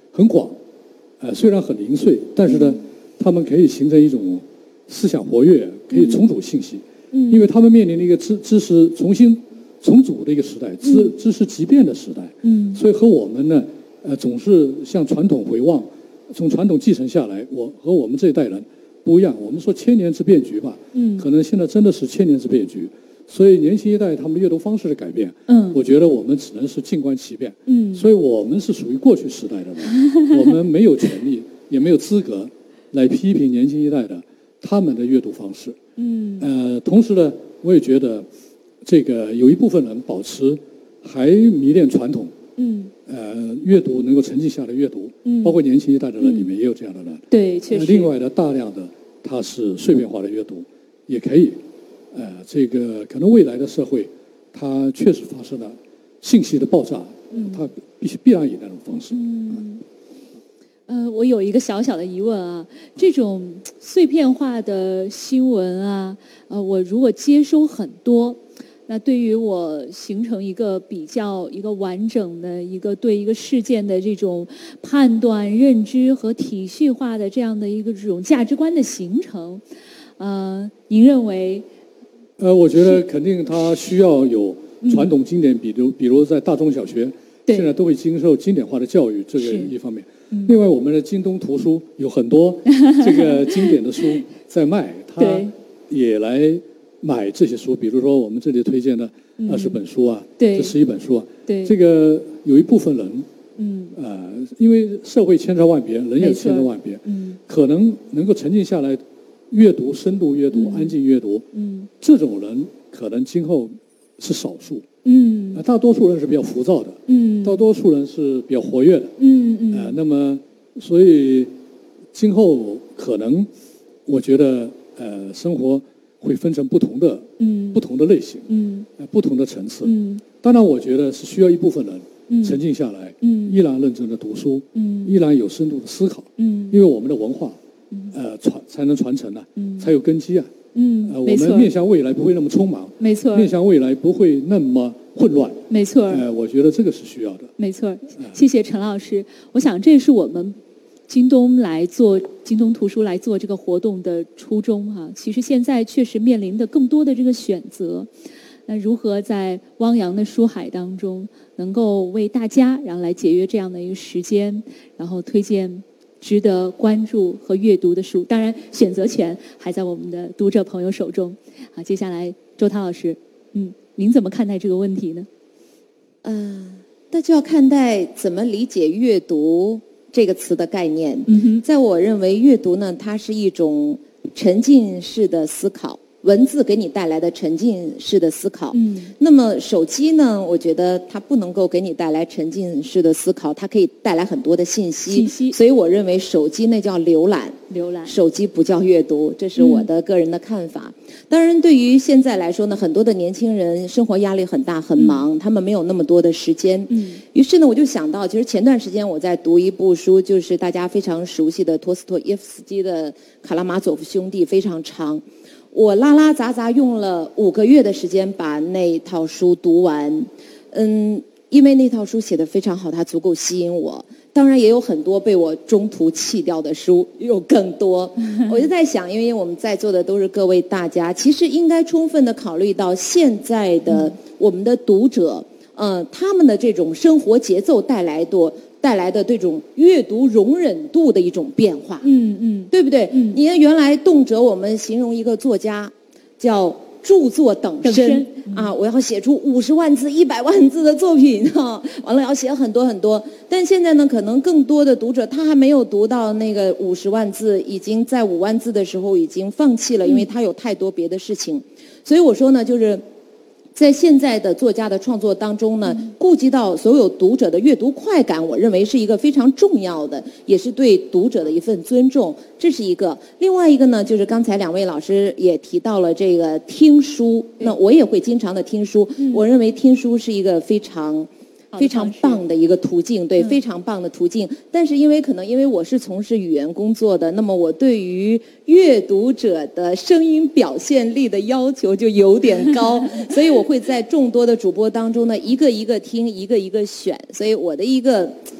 [SPEAKER 6] 很广，呃，虽然很零碎，但是呢，他们可以形成一种思想活跃，可以重组信息。嗯，因为他们面临了一个知知识重新重组的一个时代，知知识急变的时代。嗯，所以和我们呢，呃，总是向传统回望，从传统继承下来，我和我们这一代人不一样。我们说千年之变局吧，嗯，可能现在真的是千年之变局。所以年轻一代他们阅读方式的改变，嗯，我觉得我们只能是静观其变，嗯，所以我们是属于过去时代的人，我们没有权利也没有资格来批评年轻一代的他们的阅读方式，嗯，呃，同时呢，我也觉得这个有一部分人保持还迷恋传统，嗯，呃，阅读能够沉浸下来阅读，嗯，包括年轻一代的人里面也有这样的人，
[SPEAKER 1] 对，确实，
[SPEAKER 6] 另外的大量的它是碎片化的阅读也可以。呃，这个可能未来的社会，它确实发生了信息的爆炸，嗯，它必须必然以那种方式。
[SPEAKER 1] 嗯，呃，我有一个小小的疑问啊，这种碎片化的新闻啊，呃，我如果接收很多，那对于我形成一个比较一个完整的一个对一个事件的这种判断、认知和体系化的这样的一个这种价值观的形成，呃，您认为？
[SPEAKER 6] 呃，我觉得肯定它需要有传统经典，比如比如在大中小学，现在都会经受经典化的教育，这个一方面。另外，我们的京东图书有很多这个经典的书在卖，他也来买这些书。比如说我们这里推荐的二十本书啊，这十一本书啊，这个有一部分人，嗯，呃，因为社会千差万别，人也千差万别，嗯，可能能够沉静下来。阅读、深度阅读、嗯、安静阅读，嗯，这种人可能今后是少数，嗯，大多数人是比较浮躁的，嗯，大多数人是比较活跃的，嗯嗯，呃，那么所以今后可能，我觉得呃，生活会分成不同的，嗯，不同的类型，嗯，呃，不同的层次，嗯，当然，我觉得是需要一部分人，嗯，沉静下来，嗯，依然认真的读书，嗯，依然有深度的思考，嗯，因为我们的文化。呃，传才能传承呢、啊，嗯，才有根基啊。嗯，呃，我们面向未来不会那么匆忙，
[SPEAKER 1] 没错。
[SPEAKER 6] 面向未来不会那么混乱，
[SPEAKER 1] 没错。
[SPEAKER 6] 呃，我觉得这个是需要的，
[SPEAKER 1] 没错。谢谢陈老师，我想这是我们京东来做京东图书来做这个活动的初衷哈、啊。其实现在确实面临的更多的这个选择，那如何在汪洋的书海当中，能够为大家然后来节约这样的一个时间，然后推荐。值得关注和阅读的书，当然选择权还在我们的读者朋友手中。好，接下来周涛老师，嗯，您怎么看待这个问题呢？
[SPEAKER 2] 呃，那就要看待怎么理解阅读这个词的概念。嗯哼，在我认为，阅读呢，它是一种沉浸式的思考。文字给你带来的沉浸式的思考，嗯，那么手机呢？我觉得它不能够给你带来沉浸式的思考，它可以带来很多的信息。
[SPEAKER 1] 信息，
[SPEAKER 2] 所以我认为手机那叫浏览，
[SPEAKER 1] 浏览，
[SPEAKER 2] 手机不叫阅读，这是我的个人的看法。嗯、当然，对于现在来说呢，很多的年轻人生活压力很大，很忙，嗯、他们没有那么多的时间。嗯，于是呢，我就想到，其实前段时间我在读一部书，就是大家非常熟悉的托斯托耶夫斯基的《卡拉马佐夫兄弟》，非常长。我拉拉杂杂用了五个月的时间把那套书读完，嗯，因为那套书写得非常好，它足够吸引我。当然也有很多被我中途弃掉的书，有更多。我就在想，因为我们在座的都是各位大家，其实应该充分的考虑到现在的我们的读者，嗯、呃，他们的这种生活节奏带来的。带来的这种阅读容忍度的一种变化，
[SPEAKER 1] 嗯嗯，
[SPEAKER 2] 对不对？嗯，你看原来动辄我们形容一个作家叫著作等身, 等身、嗯、啊，我要写出五十万字、一百万字的作品哈，完了要写很多很多。但现在呢，可能更多的读者他还没有读到那个五十万字，已经在五万字的时候已经放弃了，因为他有太多别的事情。所以我说呢，就是。在现在的作家的创作当中呢，顾及到所有读者的阅读快感，我认为是一个非常重要的，也是对读者的一份尊重，这是一个。另外一个呢，就是刚才两位老师也提到了这个听书，那我也会经常的听书，我认为听书是一个非常。非常棒的一个途径，对，非常棒的途径。但是因为可能因为我是从事语言工作的，那么我对于阅读者的声音表现力的要求就有点高，所以我会在众多的主播当中呢，一个一个听，一个一个选。所以我的一个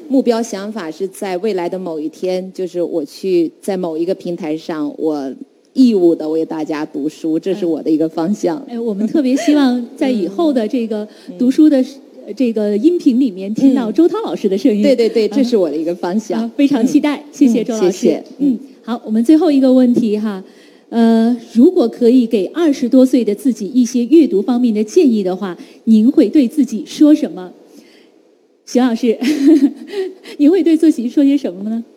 [SPEAKER 2] 目标想法是在未来的某一天，就是我去在某一个平台上，我义务的为大家读书，这是我的一个方向。
[SPEAKER 1] 哎，我们特别希望在以后的这个读书的这个音频里面听到周涛老师的声音。
[SPEAKER 2] 对对对，这是我的一个方向，
[SPEAKER 1] 啊、非常期待。谢谢周老师。
[SPEAKER 2] 谢谢。
[SPEAKER 1] 嗯，好，我们最后一个问题哈。呃，如果可以给二十多岁的自己一些阅读方面的建议的话，您会对自己说什么？徐老师，您会对自己说些什么呢？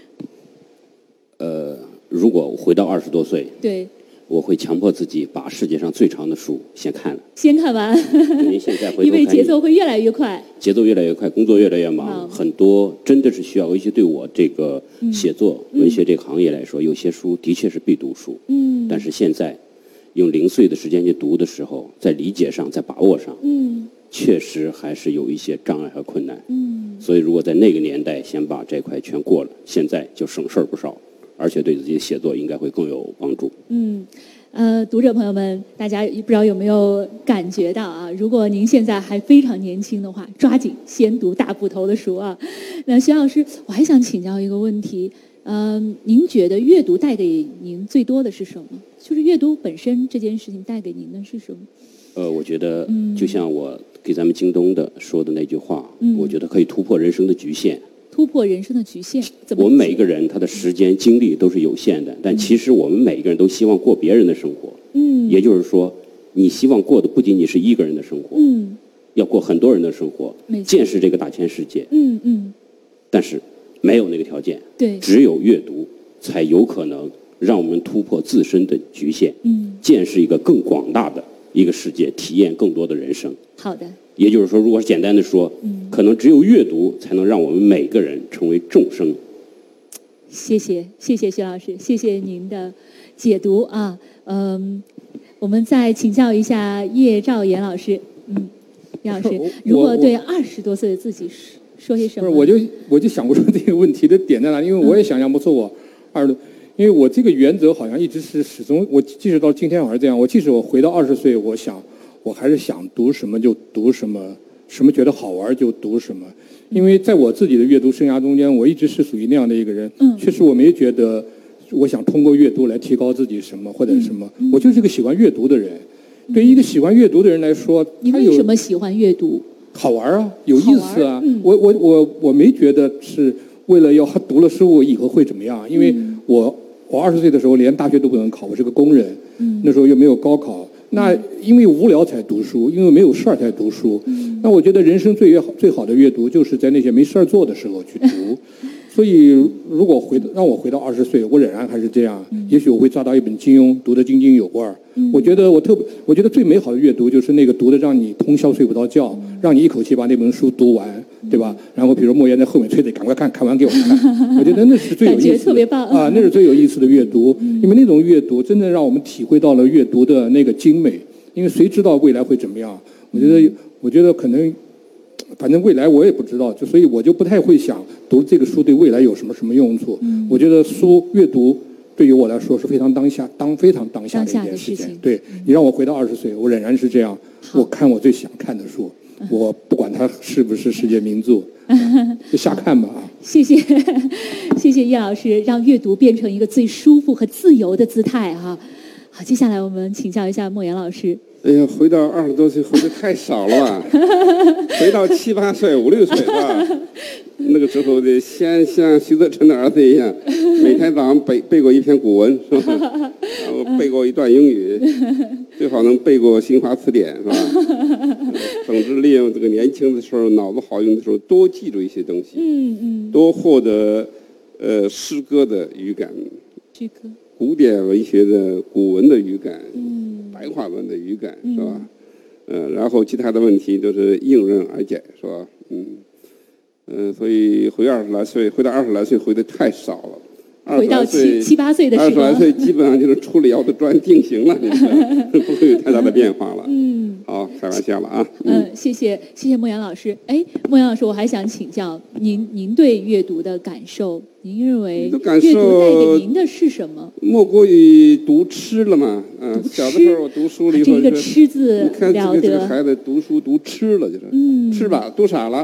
[SPEAKER 3] 呃，如果我回到二十多岁，
[SPEAKER 1] 对，
[SPEAKER 3] 我会强迫自己把世界上最长的书先看了，
[SPEAKER 1] 先看完，
[SPEAKER 3] 您现在回头看，
[SPEAKER 1] 因为节奏会越来越快，
[SPEAKER 3] 节奏越来越快，工作越来越忙，很多真的是需要，尤其对我这个写作、
[SPEAKER 1] 嗯、
[SPEAKER 3] 文学这个行业来说，有些书的确是必读书。
[SPEAKER 1] 嗯，
[SPEAKER 3] 但是现在用零碎的时间去读的时候，在理解上，在把握上，
[SPEAKER 1] 嗯，
[SPEAKER 3] 确实还是有一些障碍和困难。
[SPEAKER 1] 嗯，
[SPEAKER 3] 所以如果在那个年代先把这块全过了，现在就省事儿不少，而且对自己的写作应该会更有帮助。
[SPEAKER 1] 嗯。呃，读者朋友们，大家不知道有没有感觉到啊？如果您现在还非常年轻的话，抓紧先读大部头的书啊。那徐老师，我还想请教一个问题，嗯、呃，您觉得阅读带给您最多的是什么？就是阅读本身这件事情带给您的是什么？
[SPEAKER 3] 呃，我觉得就像我给咱们京东的说的那句话，
[SPEAKER 1] 嗯、
[SPEAKER 3] 我觉得可以突破人生的局限。
[SPEAKER 1] 突破人生的局限，怎么？
[SPEAKER 3] 我们每个人他的时间精力都是有限的，但其实我们每个人都希望过别人的生活。
[SPEAKER 1] 嗯，
[SPEAKER 3] 也就是说，你希望过的不仅仅是一个人的生活，
[SPEAKER 1] 嗯，
[SPEAKER 3] 要过很多人的生活，见识这个大千世界。
[SPEAKER 1] 嗯嗯。
[SPEAKER 3] 但是没有那个条件，
[SPEAKER 1] 对，
[SPEAKER 3] 只有阅读才有可能让我们突破自身的局限，
[SPEAKER 1] 嗯，
[SPEAKER 3] 见识一个更广大的一个世界，体验更多的人生。
[SPEAKER 1] 好的。
[SPEAKER 3] 也就是说，如果简单的说，
[SPEAKER 1] 嗯，
[SPEAKER 3] 可能只有阅读才能让我们每个人成为众生。
[SPEAKER 1] 谢谢，谢谢徐老师，谢谢您的解读啊。嗯，我们再请教一下叶兆言老师。嗯，叶老师，如果对二十多岁的自己说些什么？
[SPEAKER 4] 不是，我就我就想不出这个问题的点在哪，因为我也想象不出我二十多。因为我这个原则好像一直是始终，我即使到今天我还是这样。我即使我回到二十岁，我想。我还是想读什么就读什么，什么觉得好玩就读什么。因为在我自己的阅读生涯中间，我一直是属于那样的一个人。
[SPEAKER 1] 嗯，
[SPEAKER 4] 确实我没觉得我想通过阅读来提高自己什么或者什么。
[SPEAKER 1] 嗯、
[SPEAKER 4] 我就是个喜欢阅读的人。嗯、对于一个喜欢阅读的人来说，
[SPEAKER 1] 你为什么喜欢阅读？
[SPEAKER 4] 好玩啊，有意思啊。
[SPEAKER 1] 嗯、
[SPEAKER 4] 我我我我没觉得是为了要读了书我以后会怎么样，因为我我二十岁的时候连大学都不能考，我是个工人。
[SPEAKER 1] 嗯，
[SPEAKER 4] 那时候又没有高考。那因为无聊才读书，因为没有事儿才读书。
[SPEAKER 1] 嗯、
[SPEAKER 4] 那我觉得人生最好最好的阅读，就是在那些没事儿做的时候去读。所以，如果回让我回到二十岁，我仍然还是这样。
[SPEAKER 1] 嗯、
[SPEAKER 4] 也许我会抓到一本金庸，读得津津有味儿。
[SPEAKER 1] 嗯、
[SPEAKER 4] 我觉得我特，我觉得最美好的阅读就是那个读的让你通宵睡不着觉，
[SPEAKER 1] 嗯、
[SPEAKER 4] 让你一口气把那本书读完，对吧？然后比如莫言在后面催着赶快看，看完给我看。我觉得那是最有意思的，
[SPEAKER 1] 感觉特别棒
[SPEAKER 4] 啊，那是最有意思的阅读，嗯、因为那种阅读真的让我们体会到了阅读的那个精美。因为谁知道未来会怎么样？我觉得，我觉得可能，反正未来我也不知道，就所以我就不太会想读这个书对未来有什么什么用处。
[SPEAKER 1] 嗯、
[SPEAKER 4] 我觉得书阅读对于我来说是非常当下、当非常当下的一件事情。对、嗯、你让我回到二十岁，我仍然是这样。我看我最想看的书，我不管它是不是世界名著，就瞎看吧啊！
[SPEAKER 1] 谢谢，谢谢叶老师，让阅读变成一个最舒服和自由的姿态哈。好，接下来我们请教一下莫言老师。
[SPEAKER 5] 哎呀，回到二十多岁回的太少了吧？回到七八岁、五六岁是吧？那个时候的先像徐则成的儿子一样，每天早上背背过一篇古文是吧？然后背过一段英语，最好能背过新华词典是吧？总之利用这个年轻的时候脑子好用的时候，多记住一些东西，
[SPEAKER 1] 嗯嗯，
[SPEAKER 5] 多获得呃诗歌的语感。
[SPEAKER 1] 诗歌。
[SPEAKER 5] 古典文学的古文的语感，
[SPEAKER 1] 嗯，
[SPEAKER 5] 白话文的语感，是吧？嗯、呃，然后其他的问题都是迎刃而解，是吧？嗯，嗯、呃，所以回二十来岁，回到二十来岁回的太少了。
[SPEAKER 1] 回到七七八岁的时候，
[SPEAKER 5] 二十来岁基本上就是出了窑的砖定型了，你不会有太大的变化了。
[SPEAKER 1] 嗯，
[SPEAKER 5] 好，开玩笑了啊。
[SPEAKER 1] 嗯，呃、谢谢谢谢莫言老师。哎，莫言老师，我还想请教您，您对阅读的感受，您认为阅读带给您的是什么？
[SPEAKER 5] 莫过于读吃了嘛。嗯、呃，小的时候我读书里头，
[SPEAKER 1] 这个吃字
[SPEAKER 5] 你看这个这个
[SPEAKER 1] 了得。
[SPEAKER 5] 孩子读书读吃了就是，
[SPEAKER 1] 嗯，
[SPEAKER 5] 吃吧，读傻了。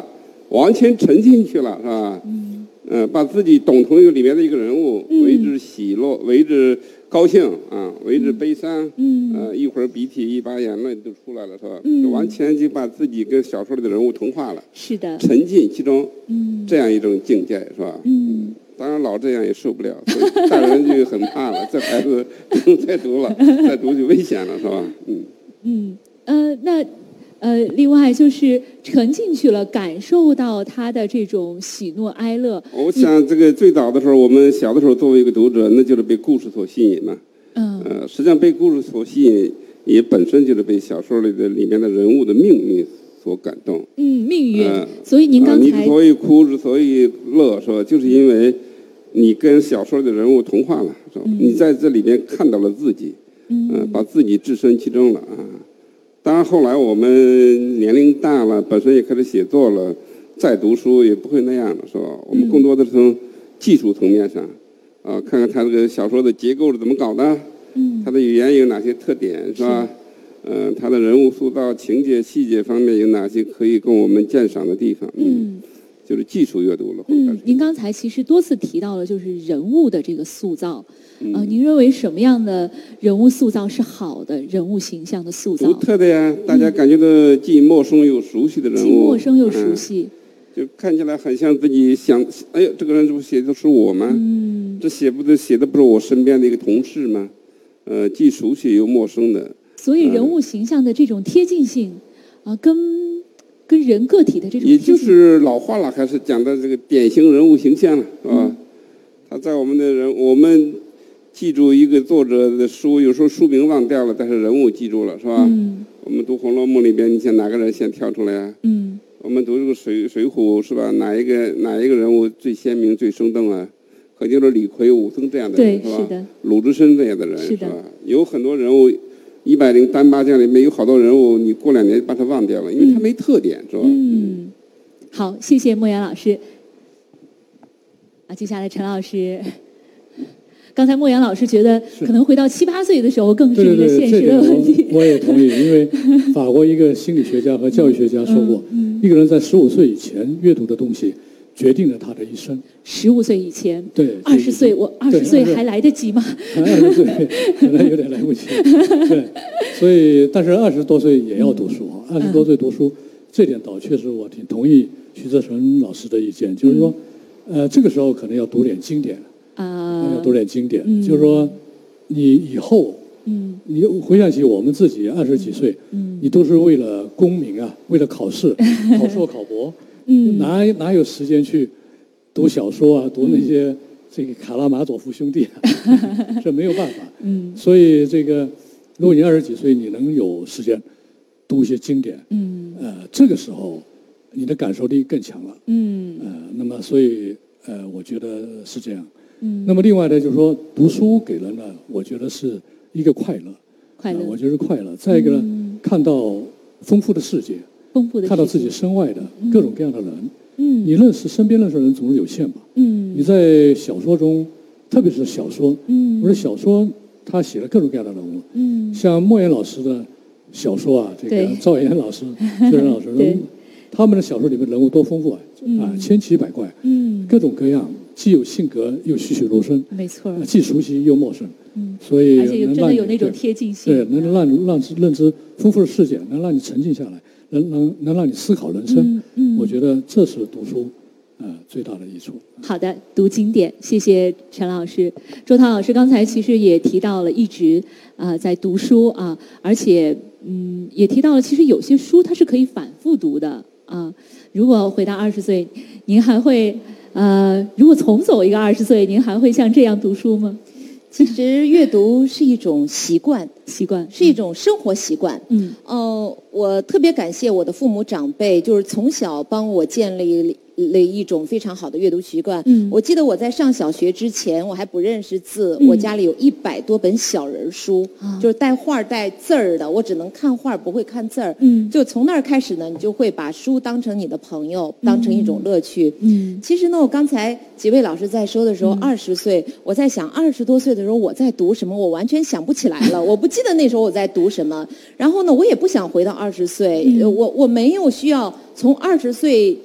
[SPEAKER 5] 完全沉进去了，是吧？嗯，呃，把自己懂成里面的一个人物，
[SPEAKER 1] 嗯、
[SPEAKER 5] 为之喜乐，为之高兴啊，为之悲伤，嗯，呃，一会儿鼻涕一把眼泪都出来了，是吧？嗯，完全就把自己跟小说里的人物同化了，
[SPEAKER 1] 是的，
[SPEAKER 5] 沉浸其中，
[SPEAKER 1] 嗯，
[SPEAKER 5] 这样一种境界，是吧？嗯，当然老这样也受不了，所以大人就很怕了，这孩子不能再读了，再读就危险了，是吧？嗯，
[SPEAKER 1] 嗯，呃，那。呃，另外就是沉进去了，感受到他的这种喜怒哀乐。
[SPEAKER 5] 我想，这个最早的时候，我们小的时候作为一个读者，那就是被故事所吸引嘛。嗯。呃，实际上被故事所吸引，也本身就是被小说里的里面的人物的命运所感动。
[SPEAKER 1] 嗯，命运。呃、所以您刚才、
[SPEAKER 5] 呃、你之所以哭，之所以乐，是吧？就是因为你跟小说里的人物同化了，是吧？嗯、你在这里面看到了自己，嗯、呃，把自己置身其中了啊。当然，后来我们年龄大了，本身也开始写作了，再读书也不会那样了，是吧？我们更多的是从技术层面上，啊，看看他这个小说的结构是怎么搞的，嗯，他的语言有哪些特点，是吧？嗯、呃，他的人物塑造、情节、细节方面有哪些可以供我们鉴赏的地方？嗯，就是技术阅读了。
[SPEAKER 1] 嗯，您刚才其实多次提到了就是人物的这个塑造。呃，您认为什么样的人物塑造是好的人物形象的塑造？
[SPEAKER 5] 独特的呀，大家感觉到既陌生又熟悉的人物。既
[SPEAKER 1] 陌生又熟悉、
[SPEAKER 5] 嗯，就看起来很像自己想，哎呦，这个人这不写的是我吗？嗯，这写不的写的不是我身边的一个同事吗？呃，既熟悉又陌生的。
[SPEAKER 1] 所以人物形象的这种贴近性，啊、呃，跟跟人个体的这种，
[SPEAKER 5] 也就是老话了，还是讲的这个典型人物形象了，是吧？嗯、他在我们的人我们。记住一个作者的书，有时候书名忘掉了，但是人物记住了，是吧？嗯。我们读《红楼梦》里边，你想哪个人先跳出来啊？嗯。我们读这个水《水浒》是吧？哪一个哪一个人物最鲜明、最生动啊？可就是李逵、武松这样的人，是吧？
[SPEAKER 1] 是的。
[SPEAKER 5] 鲁智深这样的人，
[SPEAKER 1] 是的。
[SPEAKER 5] 是吧？有很多人物，一百零单八将里面有好多人物，你过两年把他忘掉了，因为他没特点，是吧？
[SPEAKER 1] 嗯。好，谢谢莫言老师。啊，接下来陈老师。刚才莫言老师觉得，可能回到七八岁的时候，更是一个现实的问题。
[SPEAKER 6] 对对对，我也同意，因为法国一个心理学家和教育学家说过，嗯嗯、一个人在十五岁以前阅读的东西，决定了他的一生。
[SPEAKER 1] 十五岁以前，
[SPEAKER 6] 对，
[SPEAKER 1] 二十岁，我二十岁还来得及吗？
[SPEAKER 6] 二十岁可能有点来不及。对，所以但是二十多岁也要读书啊，二十多岁读书，这点倒确实我挺同意徐泽成老师的意见，就是说，呃，这个时候可能要读点经典。
[SPEAKER 1] 啊，
[SPEAKER 6] 要读点经典，嗯、就是说，你以后，嗯，你回想起我们自己二十几岁，嗯，你都是为了功名啊，为了考试、考硕、考博，嗯，哪哪有时间去读小说啊，读那些这个卡拉马佐夫兄弟、啊，这没有办法，嗯，所以这个，如果你二十几岁，你能有时间读一些经典，嗯，呃，这个时候你的感受力更强了，嗯，呃，那么所以呃，我觉得是这样。嗯，那么另外呢，就是说读书给人呢，我觉得是一个快乐，
[SPEAKER 1] 快乐，
[SPEAKER 6] 呃、我觉得是快乐。再一个呢，嗯、看到丰富的世界，
[SPEAKER 1] 丰富的世界，
[SPEAKER 6] 看到自己身外的各种各样的人。嗯，你认识身边认识的人总是有限嘛。嗯，你在小说中，特别是小说，嗯，我说小说他写了各种各样的人物。嗯，像莫言老师的小说啊，这个赵岩老师、薛仁老师，他们的小说里面人物多丰富啊，嗯、啊，千奇百怪，嗯，各种各样。既有性格，又栩栩如生，
[SPEAKER 1] 没错，
[SPEAKER 6] 既熟悉又陌生，嗯，所以
[SPEAKER 1] 而且真的有那种贴近性，
[SPEAKER 6] 对，能让你让认知丰富的世界，能让你沉静下来，能能能让你思考人生，嗯嗯，我觉得这是读书，呃，最大的益处。
[SPEAKER 1] 好的，读经典，谢谢陈老师。周涛老师刚才其实也提到了，一直啊、呃、在读书啊，而且嗯也提到了，其实有些书它是可以反复读的啊。如果回到二十岁，您还会？呃，如果重走一个二十岁，您还会像这样读书吗？
[SPEAKER 2] 其实阅读是一种习惯，
[SPEAKER 1] 习惯
[SPEAKER 2] 是一种生活习惯。嗯，呃，我特别感谢我的父母长辈，就是从小帮我建立了一种非常好的阅读习惯。嗯，我记得我在上小学之前，我还不认识字，嗯、我家里有一百多本小人书，啊、就是带画带字儿的，我只能看画不会看字儿。嗯，就从那儿开始呢，你就会把书当成你的朋友，当成一种乐趣。嗯，其实呢，我刚才几位老师在说的时候，二十岁，我在想二十多岁的时候我在读什么，我完全想不起来了，我不记得那时候我在读什么。然后呢，我也不想回到二十岁，嗯、我我没有需要从二十岁。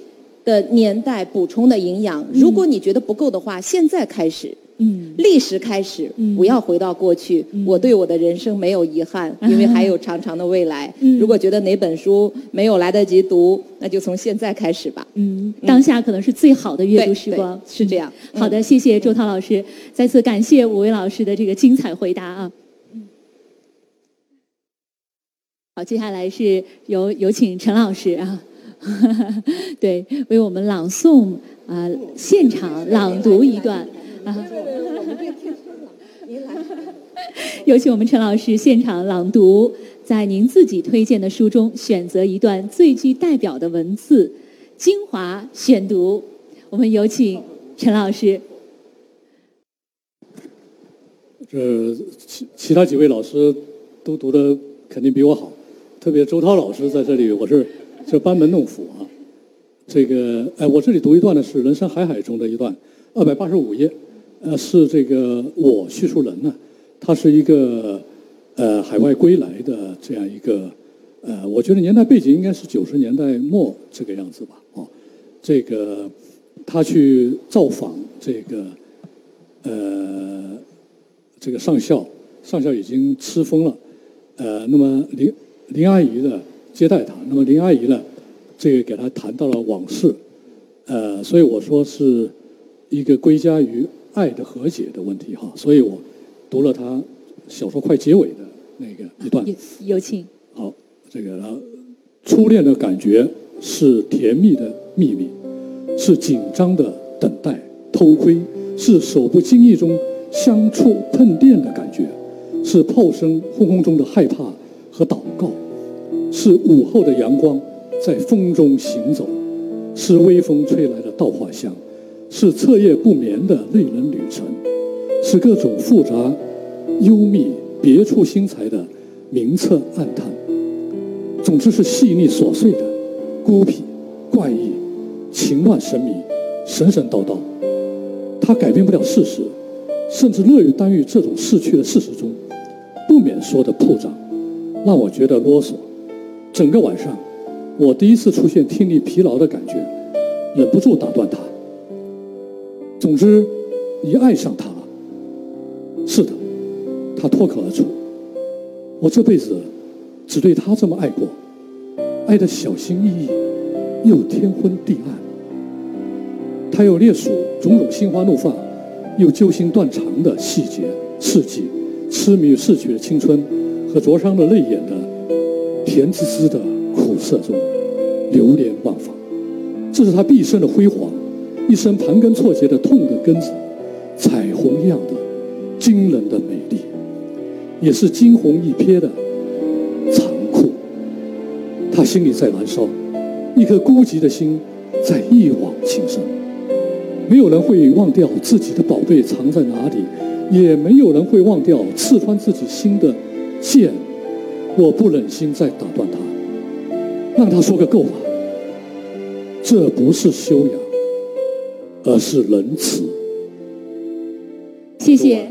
[SPEAKER 2] 的年代补充的营养。如果你觉得不够的话，现在开始。嗯，立时开始，嗯、不要回到过去、嗯。我对我的人生没有遗憾，嗯、因为还有长长的未来、嗯。如果觉得哪本书没有来得及读，那就从现在开始吧。
[SPEAKER 1] 嗯，当下可能是最好的阅读时光，
[SPEAKER 2] 是这样、
[SPEAKER 1] 嗯。好的，谢谢周涛老师，再次感谢五位老师的这个精彩回答啊。好，接下来是有有请陈老师啊，对，为我们朗诵啊、呃，现场朗读一段。啊，有请我们陈老师现场朗读，在您自己推荐的书中选择一段最具代表的文字，精华选读。我们有请陈老师。
[SPEAKER 6] 这其其他几位老师都读的肯定比我好，特别周涛老师在这里，我是这班门弄斧啊。这个哎，我这里读一段呢是《人生海海》中的一段，二百八十五页。呃，是这个我叙述人呢，他是一个呃海外归来的这样一个呃，我觉得年代背景应该是九十年代末这个样子吧，哦，这个他去造访这个呃这个上校，上校已经吃疯了，呃，那么林林阿姨呢接待他，那么林阿姨呢，这个给他谈到了往事，呃，所以我说是一个归家于爱的和解的问题哈，所以我读了他小说快结尾的那个一段。
[SPEAKER 1] 有有请。
[SPEAKER 6] 好，这个初恋的感觉是甜蜜的秘密，是紧张的等待、偷窥，是手不经意中相触碰电的感觉，是炮声轰轰中的害怕和祷告，是午后的阳光在风中行走，是微风吹来的稻花香。是彻夜不眠的泪人旅程，是各种复杂、幽密、别出心裁的明澈暗淡。总之是细腻琐碎的、孤僻、怪异、情乱神迷、神神叨叨。他改变不了事实，甚至乐于耽于这种逝去的事实中，不免说的铺张，让我觉得啰嗦。整个晚上，我第一次出现听力疲劳的感觉，忍不住打断他。总之，你爱上他了。是的，他脱口而出。我这辈子只对他这么爱过，爱得小心翼翼，又天昏地暗。他又列数种种心花怒放，又揪心断肠的细节事迹，痴迷于逝去的青春和灼伤的泪眼的甜滋滋的苦涩中，流连忘返。这是他毕生的辉煌。一生盘根错节的痛的根子，彩虹一样的惊人的美丽，也是惊鸿一瞥的残酷。他心里在燃烧，一颗孤寂的心在一往情深。没有人会忘掉自己的宝贝藏在哪里，也没有人会忘掉刺穿自己心的剑。我不忍心再打断他，让他说个够吧。这不是修养，而是仁慈。
[SPEAKER 1] 谢谢，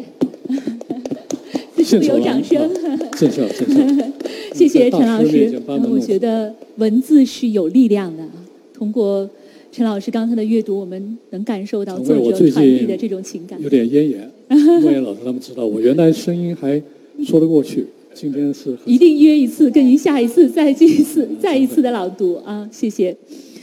[SPEAKER 1] 有掌声。
[SPEAKER 6] 见笑见笑。
[SPEAKER 1] 谢谢陈老师。我觉得文字是有力量的，通过陈老师刚才的阅读，我们能感受到作者传递的这种情感。
[SPEAKER 6] 有点咽炎，莫言老师他们知道，我原来声音还说得过去，今天是
[SPEAKER 1] 一定约一次，跟您下一次再继一次再一次的朗读啊！谢谢。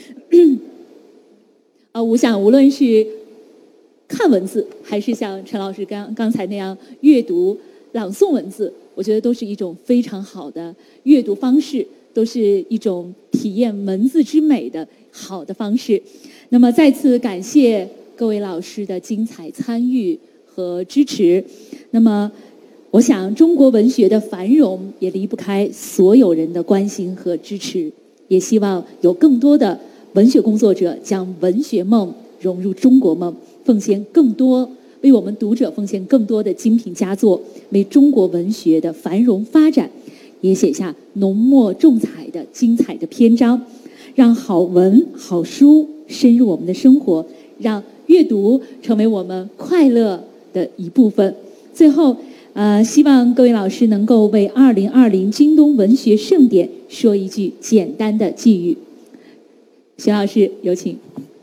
[SPEAKER 1] 啊，我想无论是看文字，还是像陈老师刚刚才那样阅读、朗诵文字，我觉得都是一种非常好的阅读方式，都是一种体验文字之美的好的方式。那么，再次感谢各位老师的精彩参与和支持。那么，我想中国文学的繁荣也离不开所有人的关心和支持，也希望有更多的文学工作者将文学梦融入中国梦，奉献更多，为我们读者奉献更多的精品佳作，为中国文学的繁荣发展也写下浓墨重彩的精彩的篇章，让好文好书深入我们的生活，让阅读成为我们快乐的一部分。最后呃，希望各位老师能够为二零二零京东文学盛典说一句简单的寄语。 徐老师有请。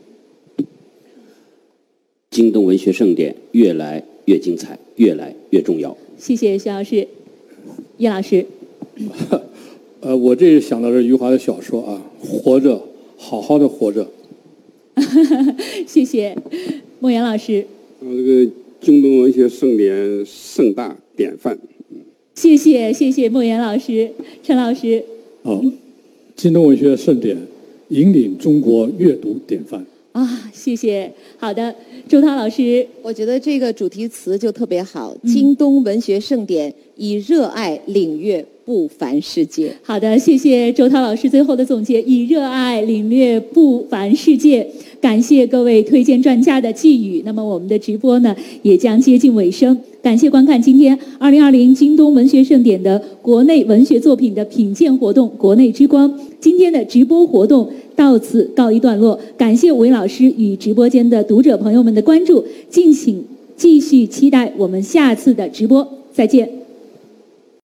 [SPEAKER 3] 京东文学盛典越来越精彩，越来越重要。
[SPEAKER 1] 谢谢徐老师。叶老师。
[SPEAKER 4] 呃，我这想到是余华的小说啊，活着，好好的活着。
[SPEAKER 1] 谢谢。孟岩老师。
[SPEAKER 5] 呃，这个京东文学盛典盛大典范。
[SPEAKER 1] 谢谢谢谢孟岩老师。陈老师。
[SPEAKER 6] 好，京东文学盛典引领中国阅读典范。
[SPEAKER 1] 啊，谢谢。好的，周涛老师。
[SPEAKER 2] 我觉得这个主题词就特别好，嗯、京东文学盛典以热爱领略不凡世界。
[SPEAKER 1] 好的，谢谢周涛老师最后的总结，以热爱领略不凡世界。感谢各位推荐专家的寄语。那么我们的直播呢也将接近尾声。感谢观看今天二零二零京东文学盛典的国内文学作品的品鉴活动，国内之光。今天的直播活动到此告一段落。感谢吴伟老师与直播间的读者朋友们的关注，敬请继续期待我们下次的直播。再见。